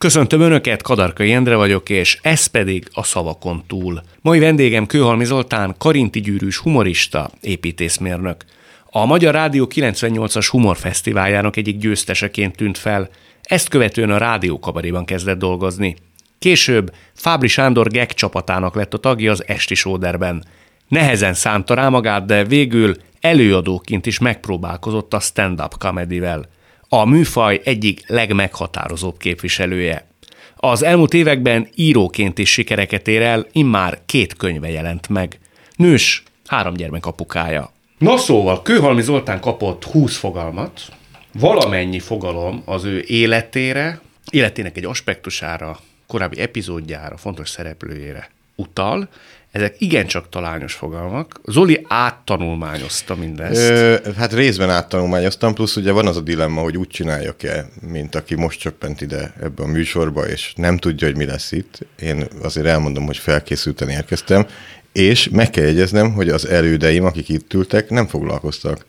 Köszöntöm Önöket, Kadarkai Endre vagyok, és ez pedig a Szavakon túl. Mai vendégem Kőhalmi Zoltán, karinti gyűrűs humorista, építészmérnök. A Magyar Rádió 98-as humorfesztiváljának egyik győzteseként tűnt fel, ezt követően a Rádió Kabaréban kezdett dolgozni. Később Fábri Sándor gag csapatának lett a tagja az Esti Sóderben. Nehezen szánta rá magát, de végül előadóként is megpróbálkozott a stand-up comedyvel. A műfaj egyik legmeghatározóbb képviselője. Az elmúlt években íróként is sikereket ér el, immár 2 könyve jelent meg. Nős, 3 gyermek apukája. Na szóval, Kőhalmi Zoltán kapott 20 fogalmat, valamennyi fogalom az ő életének egy aspektusára, korábbi epizódjára, fontos szereplőjére utal. Ezek igencsak talányos fogalmak. Zoli áttanulmányozta mindezt. Hát részben áttanulmányoztam, plusz ugye van az a dilemma, hogy úgy csináljak-e, mint aki most csöppent ide ebbe a műsorba, és nem tudja, hogy mi lesz itt. Én azért elmondom, hogy felkészülten érkeztem, és meg kell jegyeznem, hogy az elődeim, akik itt ültek, nem foglalkoztak,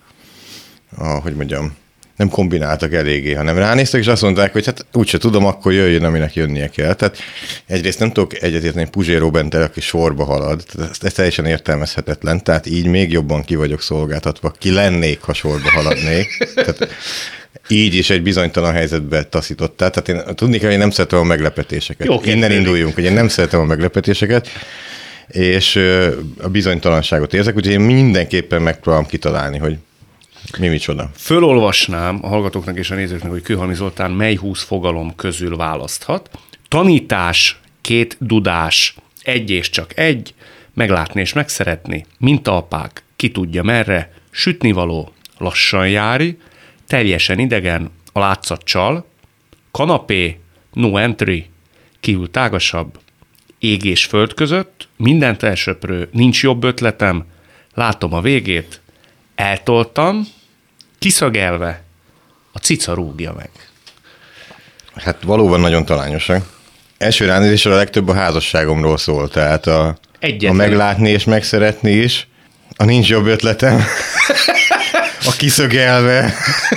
nem kombináltak eléggé, hanem ránéztek, és azt mondták, hogy hát úgyse tudom, akkor jöjjön, aminek jönnie kell. Tehát egyrészt nem tudok egyetérteni Puzséró Bentel, aki sorba halad, ez teljesen értelmezhetetlen, tehát így még jobban ki vagyok szolgáltatva, ki lennék, ha sorba haladnék. Tehát így is egy bizonytalan helyzetbe taszítottál. Tehát én tudni kell, hogy én nem szeretem a meglepetéseket. Jó, innen induljunk, hogy én nem szeretem a meglepetéseket, és a bizonytalanságot érzek, úgyhogy én mindenképpen megpróbálom kitalálni, hogy mi micsoda. Fölolvasnám a hallgatóknak és a nézőknek, hogy Kőhalmi Zoltán mely 20 fogalom közül választhat. Tanítás, 2 dudás, 1 és csak 1, meglátni és megszeretni, mintaapák, ki tudja merre, sütnivaló, lassan járj, teljesen idegen, a látszat csal, kanapé, no entry, kívül tágasabb, ég és föld között, mindent elsöprő, nincs jobb ötletem, látom a végét, eltoltam, kiszögelve, a cica rúgja meg. Hát valóban nagyon talányosak. Első ránézésre a legtöbb a házasságomról szól, tehát a meglátni és megszeretni is, a nincs jobb ötletem, a kiszögelve.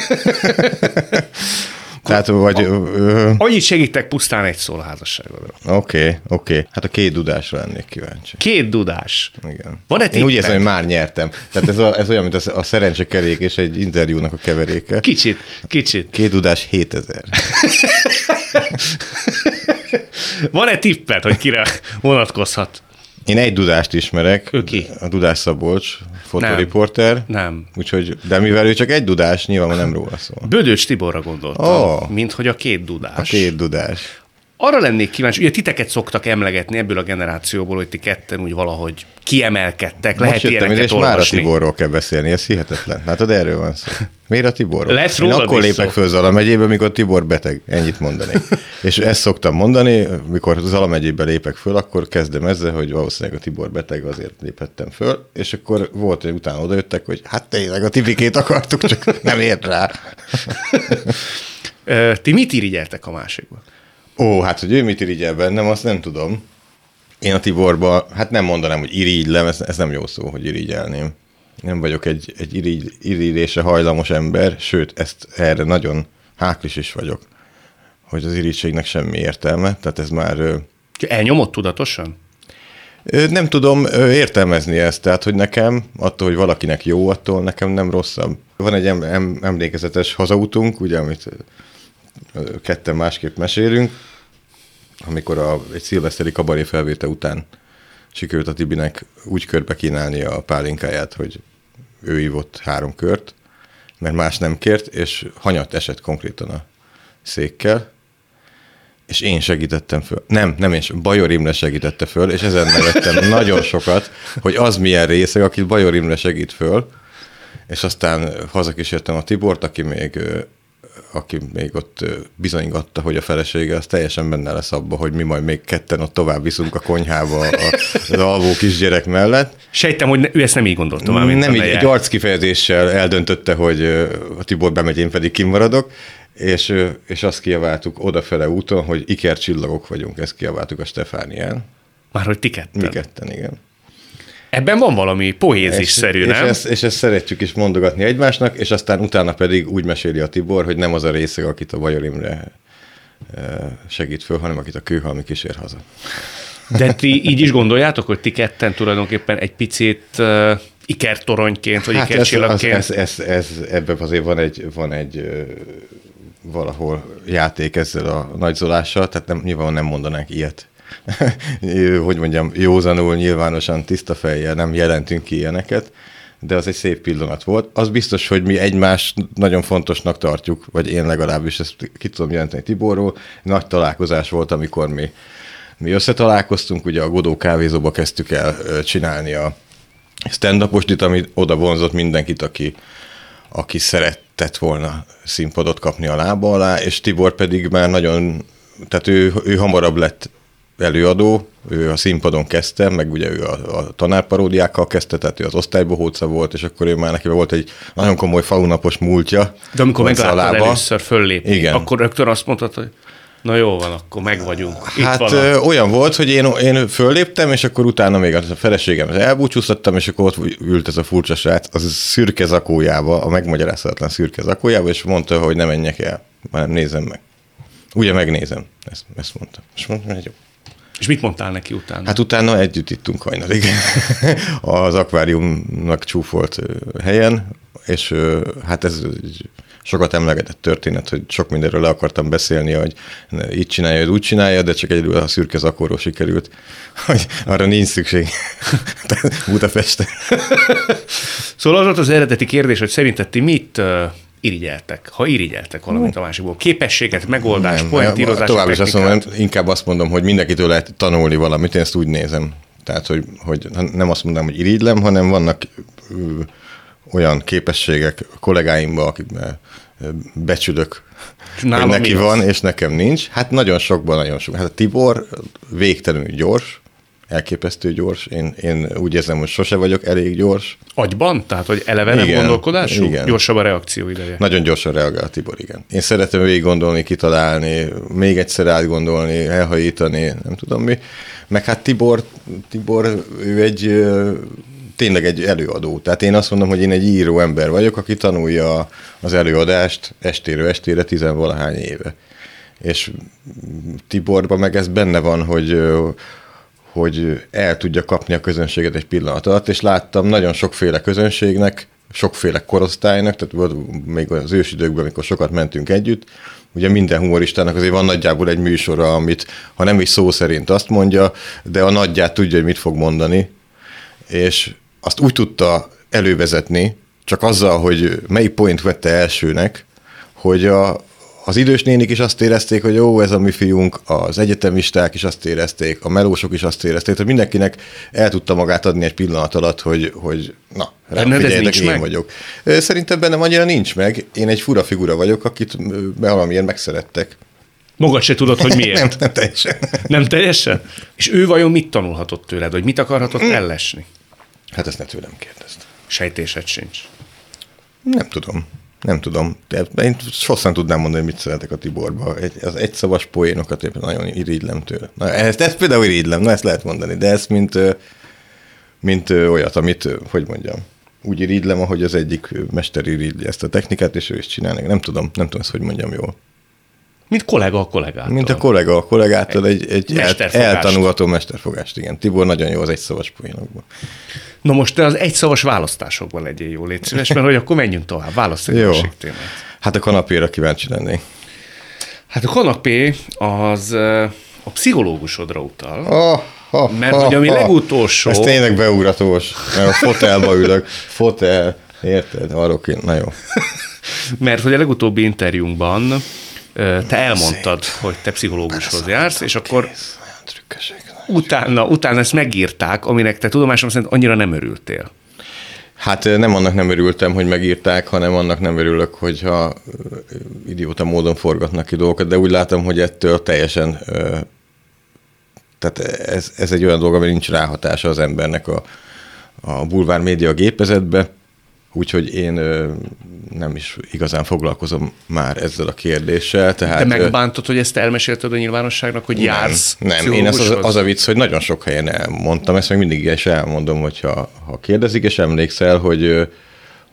Tehát, Annyit segítek, pusztán egy szól a házasságról. Oké. Hát a 2 dudásra lennék kíváncsi. 2 dudás. Igen. Van-e Én úgy érzem, hogy már nyertem. Tehát ez olyan, mint a szerencsekerék és egy interjúnak a keveréke. Kicsit. 2 dudás 7000. Van-e tippet, hogy kire vonatkozhat? Én egy dudást ismerek. Ő ki? A Dudás Szabolcs, fotoriporter. Nem. Úgyhogy, de mivel ő csak egy dudás, nyilván nem róla szól. Bödöcs Tiborra gondoltam, mint hogy a 2 dudás. A 2 dudás. Arra lennék kíváncsi, ugye titeket szoktak emlegetni ebből a generációból, hogy ti ketten úgy valahogy kiemelkedtek, lehet ilyeneket és olvasni. Már a Tiborról kell beszélni, ez hihetetlen. Látod, erről van szó. Miért a Tiborról? Lesz Én akkor lépek szó. föl Zala megyébe, mikor Tibor beteg, ennyit mondanék. És ezt szoktam mondani, mikor Zala megyébe lépek föl, akkor kezdem ezzel, hogy valószínűleg a Tibor beteg, azért léphettem föl, és akkor volt, hogy utána odajöttek, hogy hát tényleg a Tibikét akartuk, csak nem ért rá. Ti mit irigyeltek a másikba? Hát, hogy ő mit irigyel bennem, azt nem tudom. Én a Tiborba, hát nem mondanám, hogy irigylem, ez nem jó szó, hogy irigyelném. Nem vagyok egy irigylésre hajlamos ember, sőt, erre nagyon háklis is vagyok, hogy az irigységnek semmi értelme, tehát ez már... Elnyomott tudatosan? Nem tudom értelmezni ezt, tehát, hogy nekem, attól, hogy valakinek jó, attól nekem nem rosszabb. Van egy emlékezetes hazautunk, ugye, amit ketten másképp mesélünk, amikor egy szilveszteri kabaré felvétel után sikerült a Tibinek úgy körbe kínálni a pálinkáját, hogy ő ívott 3 kört, mert más nem kért, és hanyat esett konkrétan a székkel, és én segítettem föl. Nem én, Bajor Imre segítette föl, és ezen nevettem nagyon sokat, hogy az milyen részeg, akit Bajor Imre segít föl, és aztán hazakísértem a Tibort, aki még ott bizonygatta, hogy a felesége az teljesen benne lesz abba, hogy mi majd még ketten ott tovább viszunk a konyhába az alvó kisgyerek mellett. Sejtem, hogy ő ezt nem így gondolta már, mint nem így, egy arckifejezéssel eldöntötte, hogy a Tibor bemegy, én pedig kimaradok, és azt kiabáltuk odafele úton, hogy ikercsillagok vagyunk, ezt kiabáltuk a Stefánián. Már hogy ti ketten? Mi ketten, igen. Ebben van valami poézisszerű, nem? És ezt szeretjük is mondogatni egymásnak, és aztán utána pedig úgy meséli a Tibor, hogy nem az a részeg, akit a Bajor Imre segít föl, hanem akit a kőhalmi kísér haza. De ti így is gondoljátok, hogy ti ketten tulajdonképpen egy picit ikertoronyként, vagy ikercsillagként? Ebben azért van egy valahol játék ezzel a nagyzolással, tehát nyilván nem mondanánk ilyet. Hogy mondjam, józanul, nyilvánosan, tiszta fejjel nem jelentünk ki ilyeneket, de az egy szép pillanat volt. Az biztos, hogy mi egymást nagyon fontosnak tartjuk, vagy én legalábbis ezt ki tudom jelenteni Tiborról. Nagy találkozás volt, amikor mi összetalálkoztunk, ugye a Godó kávézóba kezdtük el csinálni a stand-uposdit, ami oda vonzott mindenkit, aki szeretett volna színpadot kapni a lába alá, és Tibor pedig már nagyon, tehát ő hamarabb lett előadó, ő a színpadon kezdte, meg ugye ő a tanárparódiákkal kezdte, tehát ő az osztálybohóca volt, és akkor ő már neki volt egy nagyon komoly faunapos múltja. De amikor megláttad először föllépni, igen, akkor rögtön azt mondtad, hogy na jó van, akkor megvagyunk. Hát olyan volt, hogy én fölléptem, és akkor utána még a feleségem elbúcsúztattam, és akkor ott ült ez a furcsa srác, az szürke zakójába, a megmagyarázhatatlan szürke zakójába, és mondta, hogy ne menjek el, hanem nézem meg. Ugye megnézem, ezt mondta. És mondtam, hogy jó. És mit mondtál neki utána? Hát utána együtt ittunk hajnalig az akváriumnak csúfolt helyen, és hát ez sokat emlegetett történet, hogy sok mindenről le akartam beszélni, hogy így csinálja, hogy úgy csinálja, de csak egyedül a szürke zakóról sikerült, hogy arra nincs szükség Budapesten. Szóval az volt az eredeti kérdés, hogy szerinted ti mit irigyeltek, ha irigyeltek valamit a másikból? Képességet, megoldást, pointírozást, tovább is inkább azt mondom, hogy mindenkitől lehet tanulni valamit, én ezt úgy nézem. Tehát, hogy nem azt mondom, hogy irigylem, hanem vannak olyan képességek a kollégáimban, akikben becsülök, hogy neki van, és nekem nincs. Hát nagyon sokban, nagyon sok. Hát a Tibor végtelenül gyors, elképesztő gyors. Én úgy érzem, hogy sose vagyok elég gyors. Agyban? Tehát, hogy elevenebb gondolkodású? Igen. Gyorsabb a reakció ideje. Nagyon gyorsan reagál a Tibor, igen. Én szeretem végig gondolni, kitalálni, még egyszer átgondolni, elhajítani, nem tudom mi. Meg hát Tibor ő tényleg egy előadó. Tehát én azt mondom, hogy én egy író ember vagyok, aki tanulja az előadást estéről estére 10-valahány éve. És Tiborban meg ez benne van, hogy el tudja kapni a közönséget egy pillanat alatt, és láttam nagyon sokféle közönségnek, sokféle korosztálynak, tehát volt még az ősidőkben, amikor sokat mentünk együtt, ugye minden humoristának azért van nagyjából egy műsora, amit ha nem is szó szerint azt mondja, de a nagyját tudja, hogy mit fog mondani, és azt úgy tudta elővezetni, csak azzal, hogy melyik point vette elsőnek, hogy az idős nénik is azt érezték, hogy jó, ez a mi fiunk, az egyetemisták is azt érezték, a melósok is azt érezték, hogy mindenkinek el tudta magát adni egy pillanat alatt, hogy na, rám figyeljetek, én vagyok. Szerintem bennem annyira nincs meg. Én egy fura figura vagyok, akit valamiért megszerettek. Magad se tudod, hogy miért? Nem teljesen. Nem teljesen? És ő vajon mit tanulhatott tőled, vagy mit akarhatott ellesni? Hát ezt ne tőlem kérdezd. Sejtésed sincs. Nem tudom. Én sokszor tudnám mondani, hogy mit szeretek a Tiborba. Az egyszavas poénokat éppen nagyon irigylem tőle. Na, ezt például irigylem, ezt lehet mondani, de ezt mint olyat, amit, hogy mondjam, úgy irigylem, ahogy az egyik mester irigyli ezt a technikát, és ő is csinálni. Nem tudom ezt, hogy mondjam jól. Mint kollega a kollégától. Mint a kollega a kollégától egy eltanulható mesterfogást, igen. Tibor nagyon jó az egyszavas poénokban. Na most te az egyszavas választásokban legyél jó, légy szíves, mert hogy akkor menjünk tovább, válaszolj egy másik témát. Hát a kanapéra kíváncsi lennék. Hát a kanapé az a pszichológusodra utal, mert hogy ami legutolsó... Ez tényleg beugratós, mert a fotelba ülök, érted? Arról na jó. Mert hogy a legutóbbi interjúnkban te elmondtad, hogy te pszichológushoz jársz, és akkor utána ezt megírták, aminek te tudomásom szerint annyira nem örültél. Hát nem annak nem örültem, hogy megírták, hanem annak nem örülök, hogyha idióta módon forgatnak ki dolgokat, de úgy látom, hogy ettől teljesen, tehát ez egy olyan dolog, ami nincs ráhatása az embernek a bulvár média gépezetbe, úgyhogy én nem is igazán foglalkozom már ezzel a kérdéssel. Tehát, de megbántod, hogy ezt elmesélted a nyilvánosságnak, hogy jársz Nem, én az a vicc, hogy nagyon sok helyen elmondtam, ezt meg mindig is elmondom, hogyha kérdezik, és emlékszel,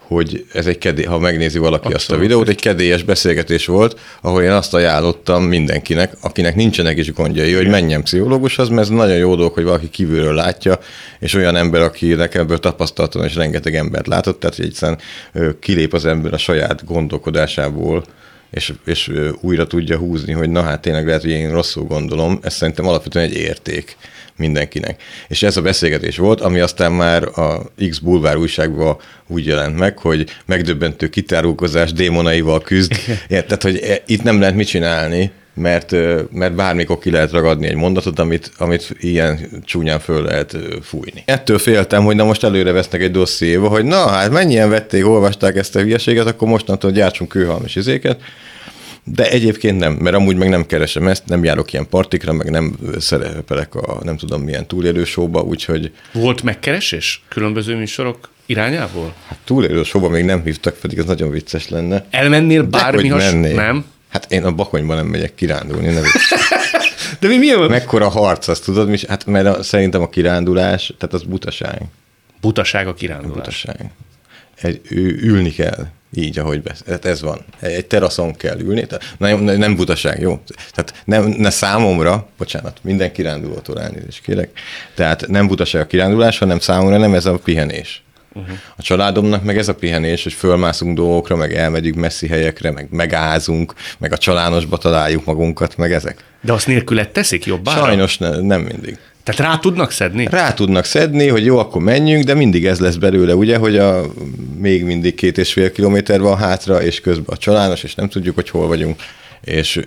hogy ez egy ha megnézi valaki Abszolút. azt a videót, egy kedélyes beszélgetés volt, ahol én azt ajánlottam mindenkinek, akinek nincsenek is gondjai, hogy menjen pszichológushoz, mert ez nagyon jó dolog, hogy valaki kívülről látja, és olyan ember, akinek ebből tapasztalaton és rengeteg embert látott, tehát hogy egyszerűen kilép az ember a saját gondolkodásából, és újra tudja húzni, hogy na hát tényleg lehet, hogy én rosszul gondolom, ez szerintem alapvetően egy érték mindenkinek. És ez a beszélgetés volt, ami aztán már a X Bulvár újságban úgy jelent meg, hogy megdöbbentő kitárulkozás démonaival küzd. Tehát, hogy itt nem lehet mit csinálni, mert bármikor ki lehet ragadni egy mondatot, amit ilyen csúnyán föl lehet fújni. Ettől féltem, hogy na most előre vesznek egy dossziéba, hogy na hát mennyien vették, olvasták ezt a hülyeséget, akkor mostantól gyártsunk kőhalmas izéket. De egyébként nem, mert amúgy meg nem keresem ezt, nem járok ilyen partikra, meg nem szerepelek a nem tudom milyen túlélő showba, úgyhogy... Volt megkeresés különböző műsorok irányából? Hát túlélő showba még nem hívtak, pedig az nagyon vicces lenne. Elmennél bármi nem? Hát én a Bakonyban nem megyek kirándulni. De mi a... Mekkora harc, azt tudod? Hát mert szerintem a kirándulás, tehát az butaság. Butaság a kirándulás. Butaság. Ülni kell. Így, ahogy tehát ez van. Egy teraszon kell ülni. Nem butaság, jó? Tehát ne számomra, bocsánat, minden kirándulótól elnézést kérek, tehát nem butaság a kirándulás, hanem számomra nem ez a pihenés. A családomnak meg ez a pihenés, hogy fölmászunk dolgokra, meg elmegyünk messzi helyekre, meg megázunk, meg a csalánosba találjuk magunkat, meg ezek. De azt nélküled teszik jobbára? Sajnos nem mindig. Tehát rá tudnak szedni? Rá tudnak szedni, hogy jó, akkor menjünk, de mindig ez lesz belőle, ugye, hogy még mindig 2,5 kilométer van hátra, és közben a csalános, és nem tudjuk, hogy hol vagyunk. És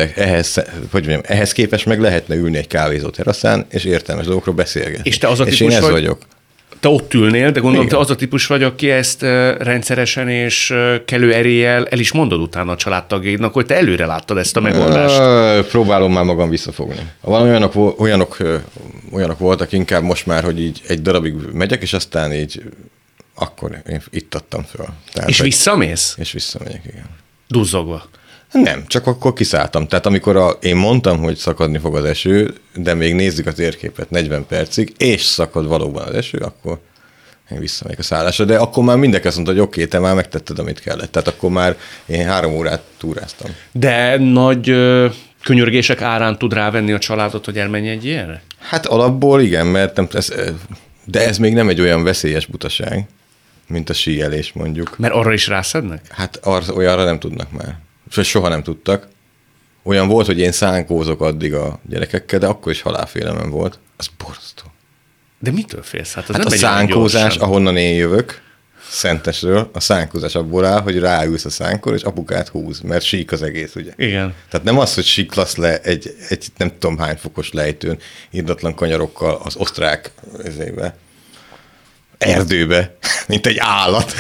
ehhez képest meg lehetne ülni egy kávézó teraszán, és értelmes dolgokról beszélgetni. És te az a típus én ez vagyok. Te ott ülnél, de gondolom, igen. te az a típus vagy, aki ezt rendszeresen és kellő eréllyel el is mondod utána a családtagjaidnak, hogy te előre láttad ezt a megoldást. Próbálom már magam visszafogni. Olyanok voltak inkább most már, hogy így egy darabig megyek, és aztán így akkor én itt adtam föl. Tehát, és visszamész? És visszamegyek, igen. Duzzogva? Nem, csak akkor kiszálltam. Tehát amikor én mondtam, hogy szakadni fog az eső, de még nézzük a térképet 40 percig, és szakad valóban az eső, akkor én visszamegyek a szállásra. De akkor már mindenki azt mondta, hogy oké, te már megtetted, amit kellett. Tehát akkor már én 3 órát túráztam. De nagy könyörgések árán tud rávenni a családot, hogy elmenj egy ilyenre? Hát alapból igen, mert de ez még nem egy olyan veszélyes butaság, mint a síelés mondjuk. Mert arra is rászednek? Hát olyanra nem tudnak már. Soha nem tudtak. Olyan volt, hogy én szánkózok addig a gyerekekkel, de akkor is halálfélelmem volt. Az borzasztó. De mitől félsz? Hát a szánkózás, ahonnan én jövök, Szentesről, a szánkózás abból áll, hogy ráülsz a szánkor, és apukát húz, mert sík az egész, ugye? Igen. Tehát nem az, hogy siklasz le egy nem tudom hány fokos lejtőn, irdatlan kanyarokkal az osztrák erdőbe, mint egy állat.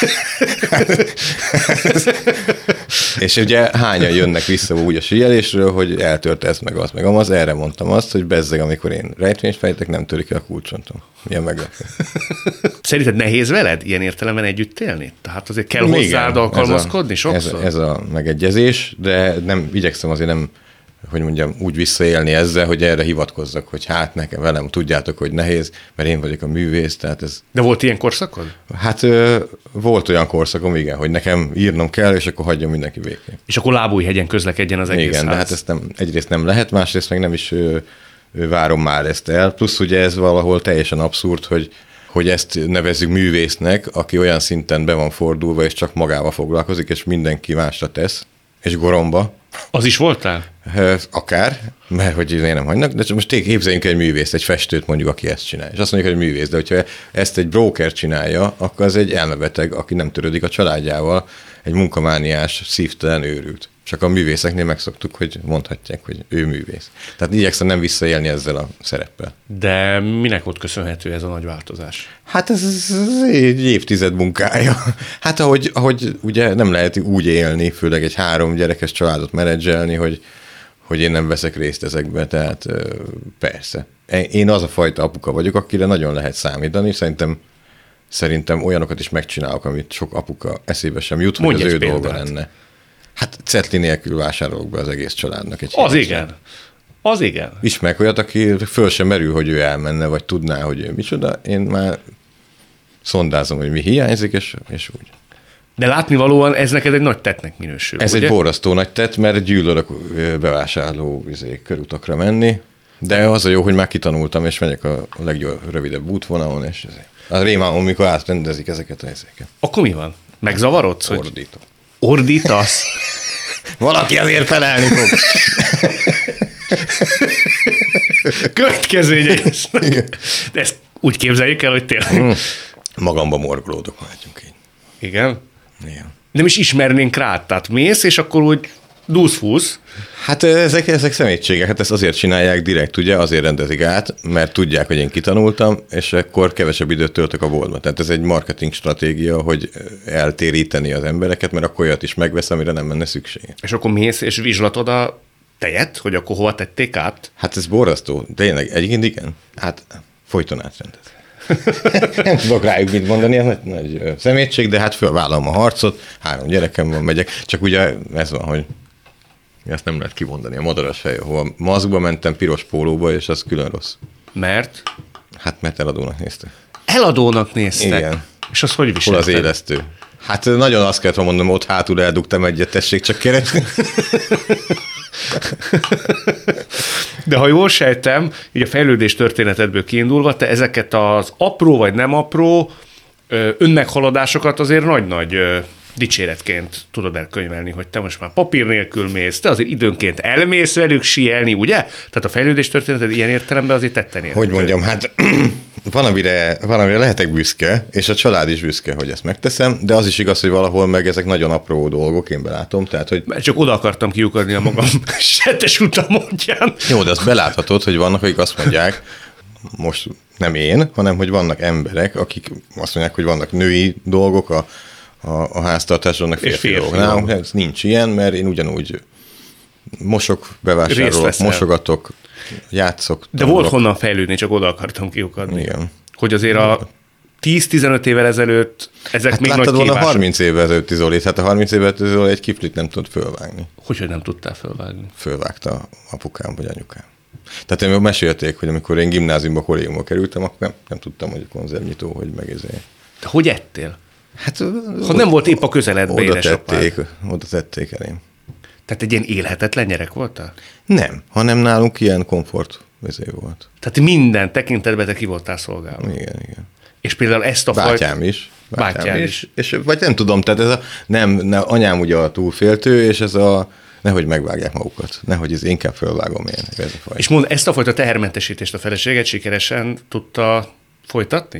És ugye hányan jönnek vissza úgy a síelésről, hogy eltört ez meg az meg amaz. Erre mondtam azt, hogy bezzeg, amikor én rejtvényt fejtek, nem törik el a kulcsontom. Milyen meglepő. Szerinted nehéz veled ilyen értelemben együtt élni? Tehát azért kell hozzád alkalmazkodni sokszor? Ez a megegyezés, de nem igyekszem azért nem, hogy mondjam, úgy visszaélni ezzel, hogy erre hivatkozzak, hogy hát nekem velem tudjátok, hogy nehéz, mert én vagyok a művész, tehát ez... De volt ilyen korszakod? Hát volt olyan korszakom, igen, hogy nekem írnom kell, és akkor hagyjon mindenki békén. És akkor Lábújhegyen közlekedjen az egész igen, ház. de hát ezt egyrészt nem lehet, másrészt meg nem is várom már ezt el. Plusz ugye ez valahol teljesen abszurd, hogy ezt nevezzük művésznek, aki olyan szinten be van fordulva, és csak magával foglalkozik, és mindenki másra tesz, és goromba. Az is voltál? Akár, mert hogy én nem hagynak, de most képzeljünk egy művészt, egy festőt mondjuk, aki ezt csinálja. És azt mondjuk, hogy művész, de hogyha ezt egy broker csinálja, akkor az egy elmebeteg, aki nem törődik a családjával, egy munkamániás, szívtelen őrült. Csak a művészeknél megszoktuk, hogy mondhatják, hogy ő művész. Tehát igyekszem nem visszaélni ezzel a szereppel. De minek volt köszönhető ez a nagy változás? Hát ez egy évtized munkája. Hát ahogy ugye nem lehet úgy élni, főleg egy 3 gyerekes családot menedzselni, hogy én nem veszek részt ezekbe, tehát persze. Én az a fajta apuka vagyok, akire nagyon lehet számítani, szerintem olyanokat is megcsinálok, amit sok apuka eszébe sem jut, hogy az ő dolga lenne. Hát cetli nélkül vásárolok be az egész családnak egy Az igen. Az igen. Ismerek olyat, aki föl sem merül, hogy ő elmenne, vagy tudná, hogy ő micsoda. Én már szondázom, hogy mi hiányzik, és úgy. De látnivalóan ez neked egy nagy tettnek minősül. Ez ugye? egy borzasztó nagy tett, mert gyűlölök bevásárló körutakra menni, de az a jó, hogy már kitanultam, és megyek a legrövidebb útvonalon, és a rémálom, amikor átrendezik ezeket a helyzeket. Akkor mi van? Megzavarodsz? Ordítok. Ordítasz? Valaki azért felelni fog. Következményei lesznek. De ezt úgy képzeljük el, hogy tényleg. Magamba morgolódok, látjunk így. Igen? Igen. Nem is ismernénk rád, tehát mész, és akkor úgy dúsz-fúsz. Hát ezek szemétségek, hát ezt azért csinálják direkt, ugye, azért rendezik át, mert tudják, hogy én kitanultam, és akkor kevesebb időt töltök a boltban. Tehát ez egy marketing stratégia, hogy eltéríteni az embereket, mert akkor olyat is megvesz, amire nem menne szükség. És akkor mész, és vizslatod a tejet, hogy akkor hova tették át? Hát ez borzasztó, tényleg, egyébként igen. Hát folyton átrendez. Nem tudok rájuk mit mondani, ez nagy szemétség, de hát fölvállalom a harcot, 3 gyerekem van, megyek, csak ugye ez van, hogy ezt nem lehet kimondani, a madaras hely, ahol maszkba mentem, piros pólóba, és az külön rossz. Mert? Hát mert eladónak néztek. Eladónak néztek? Igen. És az hogy Hol viselted? az élesztő? Hát nagyon azt kellett mondanom, ott hátul eldugtam egyet, tessék csak keresni. De ha jól sejtem, így a fejlődés történetedből kiindulva, te ezeket az apró vagy nem apró önmeghaladásokat azért nagy-nagy dicséretként tudod elkönyvelni, hogy te most már papír nélkül mész, te azért időnként elmész velük síelni, ugye? Tehát a fejlődés történeted ilyen értelemben azért tetten érhető. Hogy mondjam, hát van, amire lehetek büszke, és a család is büszke, hogy ezt megteszem, de az is igaz, hogy valahol meg ezek nagyon apró dolgok, én belátom, tehát, hogy... Mert csak oda akartam kiukadni a magam setes utamodján. Jó, de azt beláthatod, hogy vannak, akik azt mondják, most nem én, hanem hogy vannak emberek, akik azt mondják, hogy vannak női dolgok a háztartásban, vannak férfi dolgok. Nálam ez nincs ilyen, mert én ugyanúgy mosok, bevásárolok, mosogatok, játszok. De volt honnan fejlődni, csak oda akartam kiukadni. Igen. Hogy azért a 10-15 évvel ezelőtt ezek Hát még nagy láttad volna kívások. 30 évvel ezelőtti Zolit, hát a 30 évvel ezelőtti Zoli egy kiflit nem tudott fölvágni. Hogy nem tudtál fölvágni? Fölvágta apukám vagy anyukám. Tehát én mesélték, hogy amikor én gimnáziumba, kollégiumba kerültem, akkor nem tudtam, hogy a konzervnyitó, hogy megézé. De hogy ettél? Hát, ha nem volt épp a közeledbe édesapád. Oda tették elém. Tehát egy ilyen élhetetlen gyerek voltál? Nem, hanem nálunk ilyen komfort volt. Tehát minden tekintetben te ki voltál szolgálva. Igen. És például ezt a Bátyám is. Bátyám is. És vagy nem tudom, tehát ez anyám ugye a túlféltő, és ez a nehogy megvágják magukat, nehogy ez inkább fölvágom én. Ez a faj. És mondd, ezt a fajta tehermentesítést a feleséget sikeresen tudta folytatni?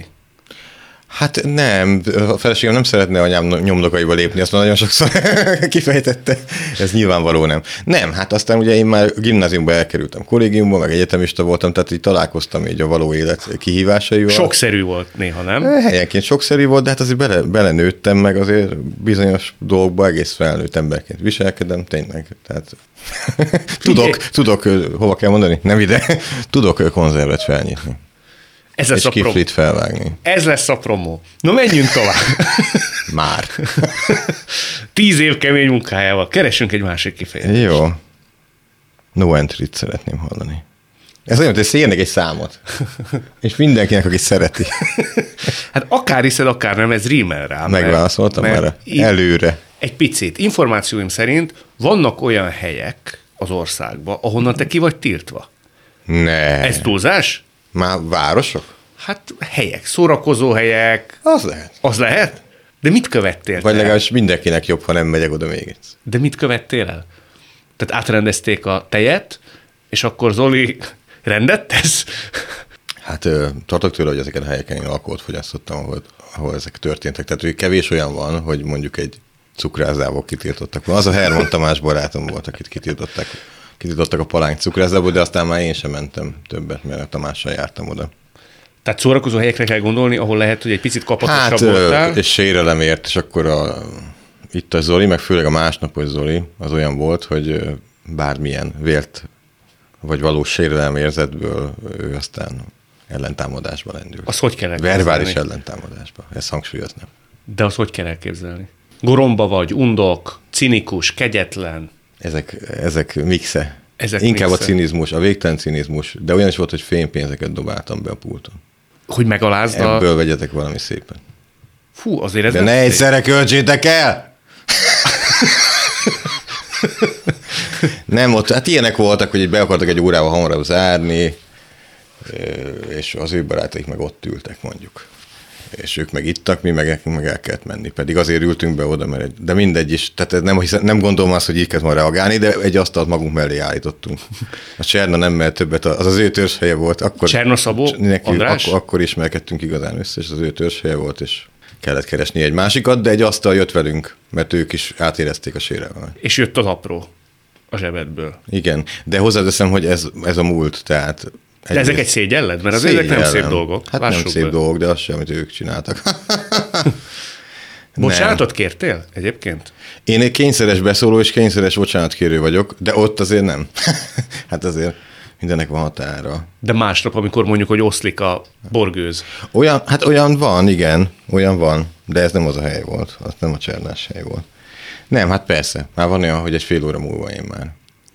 Hát nem, a feleségem nem szeretne anyám nyomdokaiba lépni, azt már nagyon sokszor kifejtette, ez nyilvánvaló nem. Nem, hát aztán ugye én már gimnáziumba elkerültem, kollégiumba, meg egyetemista voltam, tehát így találkoztam így a való élet kihívásaival. Sokszerű volt néha, nem? Helyenként sokszerű volt, de hát azért belenőttem, meg azért bizonyos dolgokba egész felnőtt emberként viselkedem, tényleg. Tehát tudok, hova kell mondani? Nem ide. Tudok konzervet felnyitni. Ez lesz egy kiflit felvágni. Ez lesz a promó. No, menjünk tovább. Már. 10 év kemény munkájával. Keresünk egy másik kifejezést. Jó. No entry-t szeretném hallani. Ez olyan, hogy szélnek egy számot. És mindenkinek, aki szereti. Hát akár hiszed, akár nem, ez rímel rá. Megválaszoltam erre. Előre. Egy picit. Információim szerint vannak olyan helyek az országban, ahonnan te ki vagy tiltva. Ne. Ez túlzás? Már városok? Hát helyek, szórakozó helyek. Az lehet. Az lehet? De mit követtél? Vagy legalábbis mindenkinek jobb, ha nem megyek oda még egyszer. De mit követtél el? Tehát átrendezték a tejet, és akkor Zoli rendet tesz? Hát tartok tőle, hogy ezeken a helyeken én alkoholt fogyasztottam, ahol ezek történtek. Tehát hogy kevés olyan van, hogy mondjuk egy cukrászdából kitiltottak. Az a Herman Tamás barátom volt, akit kitiltottak a Palánk cukrászdából, de aztán már én sem mentem többet, mert a Tamással jártam oda. Tehát szórakozó helyekre kell gondolni, ahol lehet, hogy egy picit kapatosabb voltál. És sérelemért, és akkor itt a Zoli, meg főleg a másnapos Zoli, az olyan volt, hogy bármilyen vélt vagy valós sérelelemérzetből ő aztán ellentámadásba lendült. Az hogy kell elképzelni? Verbális ellentámadásba, ezt hangsúlyoznám. De az hogy kell elképzelni? Goromba vagy, undok, cinikus, kegyetlen. Ezek mixe. Inkább mixe. A cinizmus, a végtelen cinizmus, de olyan is volt, hogy fénypénzeket dobáltam be a pulton. Hogy megalázd Ebből vegyetek valami szépen. Fú, azért ez De nem ne szép. egyszerre költsétek el! Nem, ott, hát ilyenek voltak, hogy be akartak egy órával hamarabb zárni, és az ő barátaik meg ott ültek, mondjuk. És ők meg ittak, mi meg el kellett menni. Pedig azért ültünk be oda, de mindegy is. Tehát nem gondolom azt, hogy így kellett ma reagálni, de egy asztalt magunk mellé állítottunk. A Cserna nem mert többet, az ő törzshelye volt. Akkor, Cserna Szabó András? Akkor ismerkedtünk igazán össze, és az ő törzshelye volt, és kellett keresni egy másikat, de egy asztal jött velünk, mert ők is átérezték a sérelmet. És jött az apró a zsebedből. Igen, de hozzáteszem, hogy ez a múlt, tehát... De ezek egy szégyelled? Mert azért ezek nem szép dolgok. Hát nem szép dolgok, de az sem, amit ők csináltak. Bocsánatot kértél egyébként? Én egy kényszeres beszóló és kényszeres bocsánatkérő vagyok, de ott azért nem. Hát azért mindennek van határa. De másnap, amikor mondjuk, hogy oszlik a borgőz. Olyan van, igen, olyan van, de ez nem az a hely volt, az nem a Csernás hely volt. Nem, hát persze, már van olyan, hogy egy fél óra múlva én már.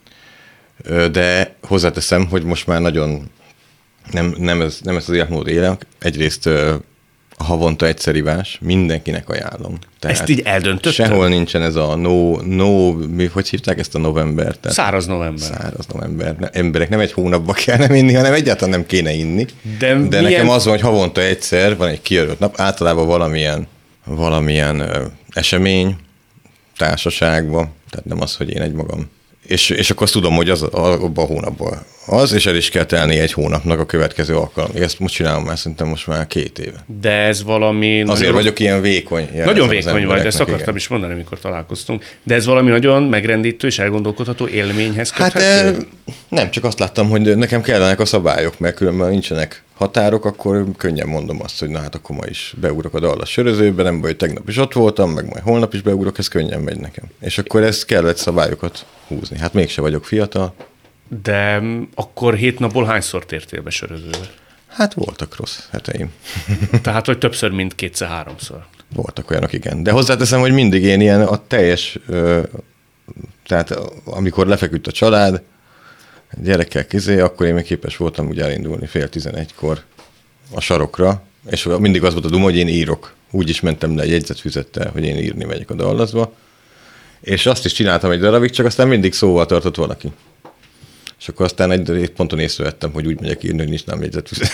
De hozzáteszem, hogy most már nagyon nem ezt az életmódot élek. Egyrészt a havonta egyszer ivás, mindenkinek ajánlom. Tehát ezt így eldöntöttem? Sehol nincsen ez a hogy hívták ezt a novembert? Száraz november. Száraz november. Emberek nem egy hónapba kellene inni, hanem egyáltalán nem kéne inni. De nekem az van, hogy havonta egyszer van egy kijelölt nap, általában valamilyen esemény, társaságban, tehát nem az, hogy én egymagam. És akkor azt tudom, hogy az abban a hónapban az, és el is kell telni egy hónapnak a következő alkalomig. Ezt most csinálom már szerintem most már 2 éve. De ez valami... Azért vagyok ilyen vékony. Nagyon vékony vagy, ezt akartam is mondani, amikor találkoztunk. De ez valami nagyon megrendítő és elgondolkodható élményhez köthető? Hát nem, csak azt láttam, hogy nekem kellenek a szabályok, mert különben nincsenek határok, akkor könnyen mondom azt, hogy na hát akkor ma is beugrok a Dallas sörözőbe, nem baj, hogy tegnap is ott voltam, meg majd holnap is beugrok, ez könnyen megy nekem. És akkor ez kellett szabályokat húzni. Hát mégse vagyok fiatal. De akkor 7 napból hányszor tértél be sörözőbe? Hát voltak rossz heteim. Tehát, hogy többször, mint 2-3-szor. Voltak olyanok, igen. De hozzáteszem, hogy mindig én ilyen a teljes, tehát amikor lefeküdt a család, gyerekkel akkor én még képes voltam úgy elindulni 10:30-kor a sarokra, és mindig az volt a duma, hogy én írok. Úgy is mentem le egy jegyzetfüzettel, hogy én írni megyek a Dallasba, és azt is csináltam egy darabig, csak aztán mindig szóval tartott valaki. És akkor aztán egy ponton észrevettem, hogy úgy megyek írni, hogy nincs nem jegyzetfüzet.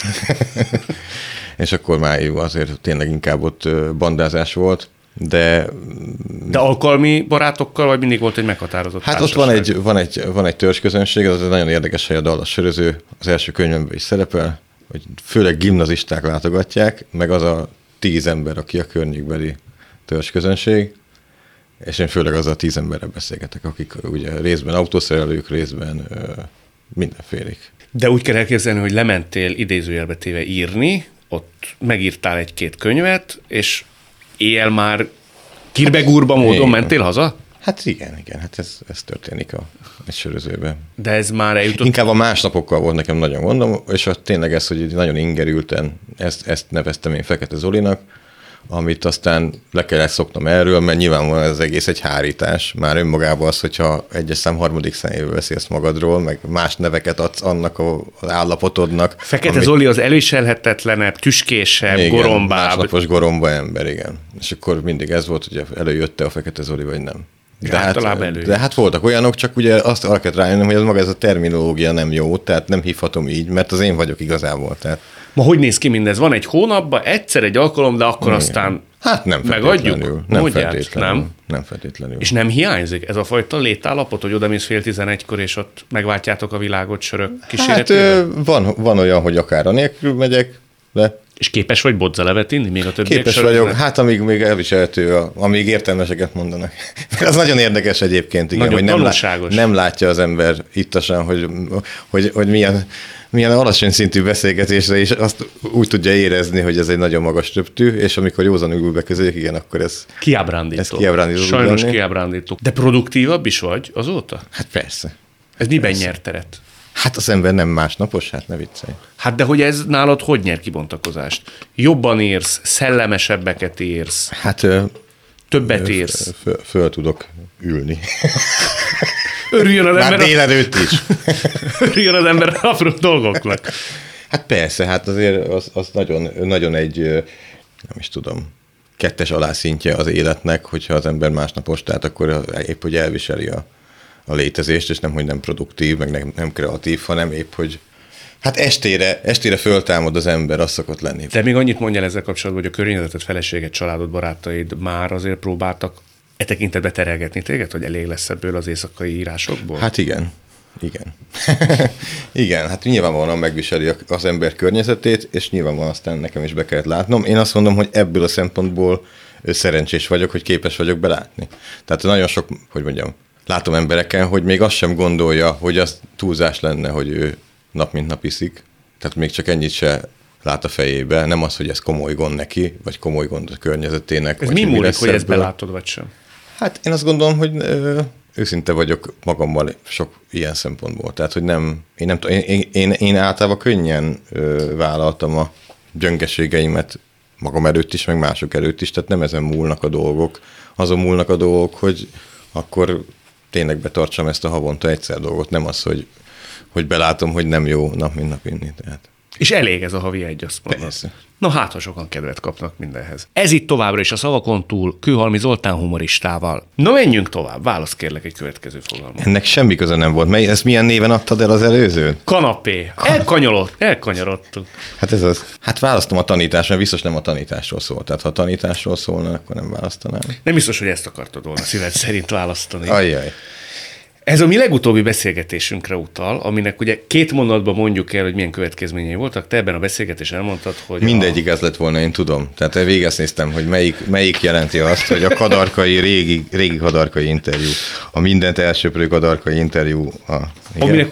És akkor már azért tényleg inkább ott bandázás volt, de alkalmi barátokkal, vagy mindig volt egy meghatározott hát ott van egy törzsközönség, az egy nagyon érdekes hely, a Dallas söröző, az első könyvemben is szerepel, hogy főleg gimnazisták látogatják, meg az a 10 ember, aki a környékbeli törzsközönség, és én főleg azzal 10 emberrel beszélgetek, akik ugye részben autószerelők, részben mindenfélék. De úgy kell elképzelni, hogy lementél idézőjelbe téve írni, ott megírtál 1-2 könyvet, és éjjel már kirbegúrba módon mentél haza? Hát igen, hát ez történik egy sörözőben. De ez már eljutott... Inkább a másnapokkal volt nekem nagyon gondom, és tényleg ez, hogy nagyon ingerülten, ezt neveztem én Fekete Zolinak, amit aztán le kellett szoknom erről, mert nyilvánvalóan ez egész egy hárítás. Már önmagában az, hogyha egyes szám harmadik személyről beszélsz magadról, meg más neveket adsz annak az állapotodnak. Fekete Zoli az előselhetetlenebb, tüskésebb, igen, gorombább. másnapos goromba ember, igen. És akkor mindig ez volt, hogy előjött-e a Fekete Zoli, vagy nem. De hát voltak olyanok, csak ugye azt arra kellett rájönnöm, hogy maga ez a terminológia nem jó, tehát nem hívhatom így, mert az én vagyok igazából. Tehát... Ma hogy néz ki mindez? Van egy hónapban, egyszer egy alkalom, de akkor igen. Aztán hát nem megadjuk? Nem feltétlenül. És nem hiányzik ez a fajta létállapot, hogy odamész 10:30-kor, és ott megváltjátok a világot sörök kíséretével? Hát van olyan, hogy akár anélkül megyek, de... És képes vagy bodzalevet inni, még a többiek képes vagyok, hát amíg még elviselhető, amíg értelmeseket mondanak. Mert az nagyon érdekes egyébként, igen, nagyon hogy nem látja az ember ittasan, hogy milyen alacsony szintű beszélgetésre is azt úgy tudja érezni, hogy ez egy nagyon magas többtű, és amikor józanul beközelik, igen, akkor ez kiábrándító. Sajnos kiábrándító. De produktívabb is vagy azóta? Hát persze. Ez miben nyer teret? Hát az ember nem másnapos, hát ne viccelj. Hát de hogy ez nálad hogy nyer kibontakozást? Jobban írsz, szellemesebbeket írsz, hát többet írsz. Föl tudok ülni. Örüljön az ember. Már délelőtt is. Örüljön az ember apró dolgoknak. Hát persze, hát azért az nagyon, nagyon egy, nem is tudom, kettes alászintje az életnek, hogyha az ember másnap postát, akkor épp, hogy elviseli a létezést, és nem, hogy nem produktív, meg nem kreatív, hanem épp, hogy hát estére föltámad az ember, az szokott lenni. De még annyit mondjál ezzel kapcsolatban, hogy a környezeted, feleséged, családod, barátaid már azért próbáltak tekintetbe terelgetni téged, hogy elég lesz ebből az éjszakai írásokból? Hát igen. Igen, hát nyilvánvalóan megviseli az ember környezetét, és nyilvánvalóan aztán nekem is be kellett látnom. Én azt mondom, hogy ebből a szempontból szerencsés vagyok, hogy képes vagyok belátni. Tehát nagyon sok, hogy mondjam, látom embereken, hogy még azt sem gondolja, hogy az túlzás lenne, hogy ő nap mint nap iszik. Tehát még csak ennyit se lát a fejébe. Nem az, hogy ez komoly gond neki, vagy komoly gond a környezetének. Ez mi múlik, hogy ezt belátod, vagy sem? Hát én azt gondolom, hogy őszinte vagyok magammal sok ilyen szempontból. Tehát, hogy én általában könnyen vállaltam a gyöngeségeimet magam előtt is, meg mások előtt is, tehát nem ezen múlnak a dolgok. Azon múlnak a dolgok, hogy akkor tényleg betartsam ezt a havonta egyszer dolgot, nem az, hogy belátom, hogy nem jó nap mint nap inni. Tehát. És elég ez a havi egy, azt mondod. Persze. Na hát, ha sokan kedvet kapnak mindenhez. Ez itt továbbra is a Szavakon túl Kőhalmi Zoltán humoristával. Na menjünk tovább, válasz kérlek egy következő fogalmat. Ennek semmi köze nem volt. Ezt milyen néven adtad el az előzőn? Kanapé. Elkanyarodtunk. Hát ez az. Hát választom a tanítást, mert biztos nem a tanításról szól. Tehát ha a tanításról szólna, akkor nem választanám. Nem biztos, hogy ezt akartad volna szíved szerint választani. Ajjaj. Ez a mi legutóbbi beszélgetésünkre utal, aminek ugye 2 mondatban mondjuk el, hogy milyen következményei voltak. Te ebben a beszélgetésen elmondtad, hogy... Mindegyik ez lett volna, én tudom. Tehát végig azt néztem, hogy melyik jelenti azt, hogy a kadarkai, régi kadarkai interjú, a mindent elsöprő kadarkai interjú. Aminek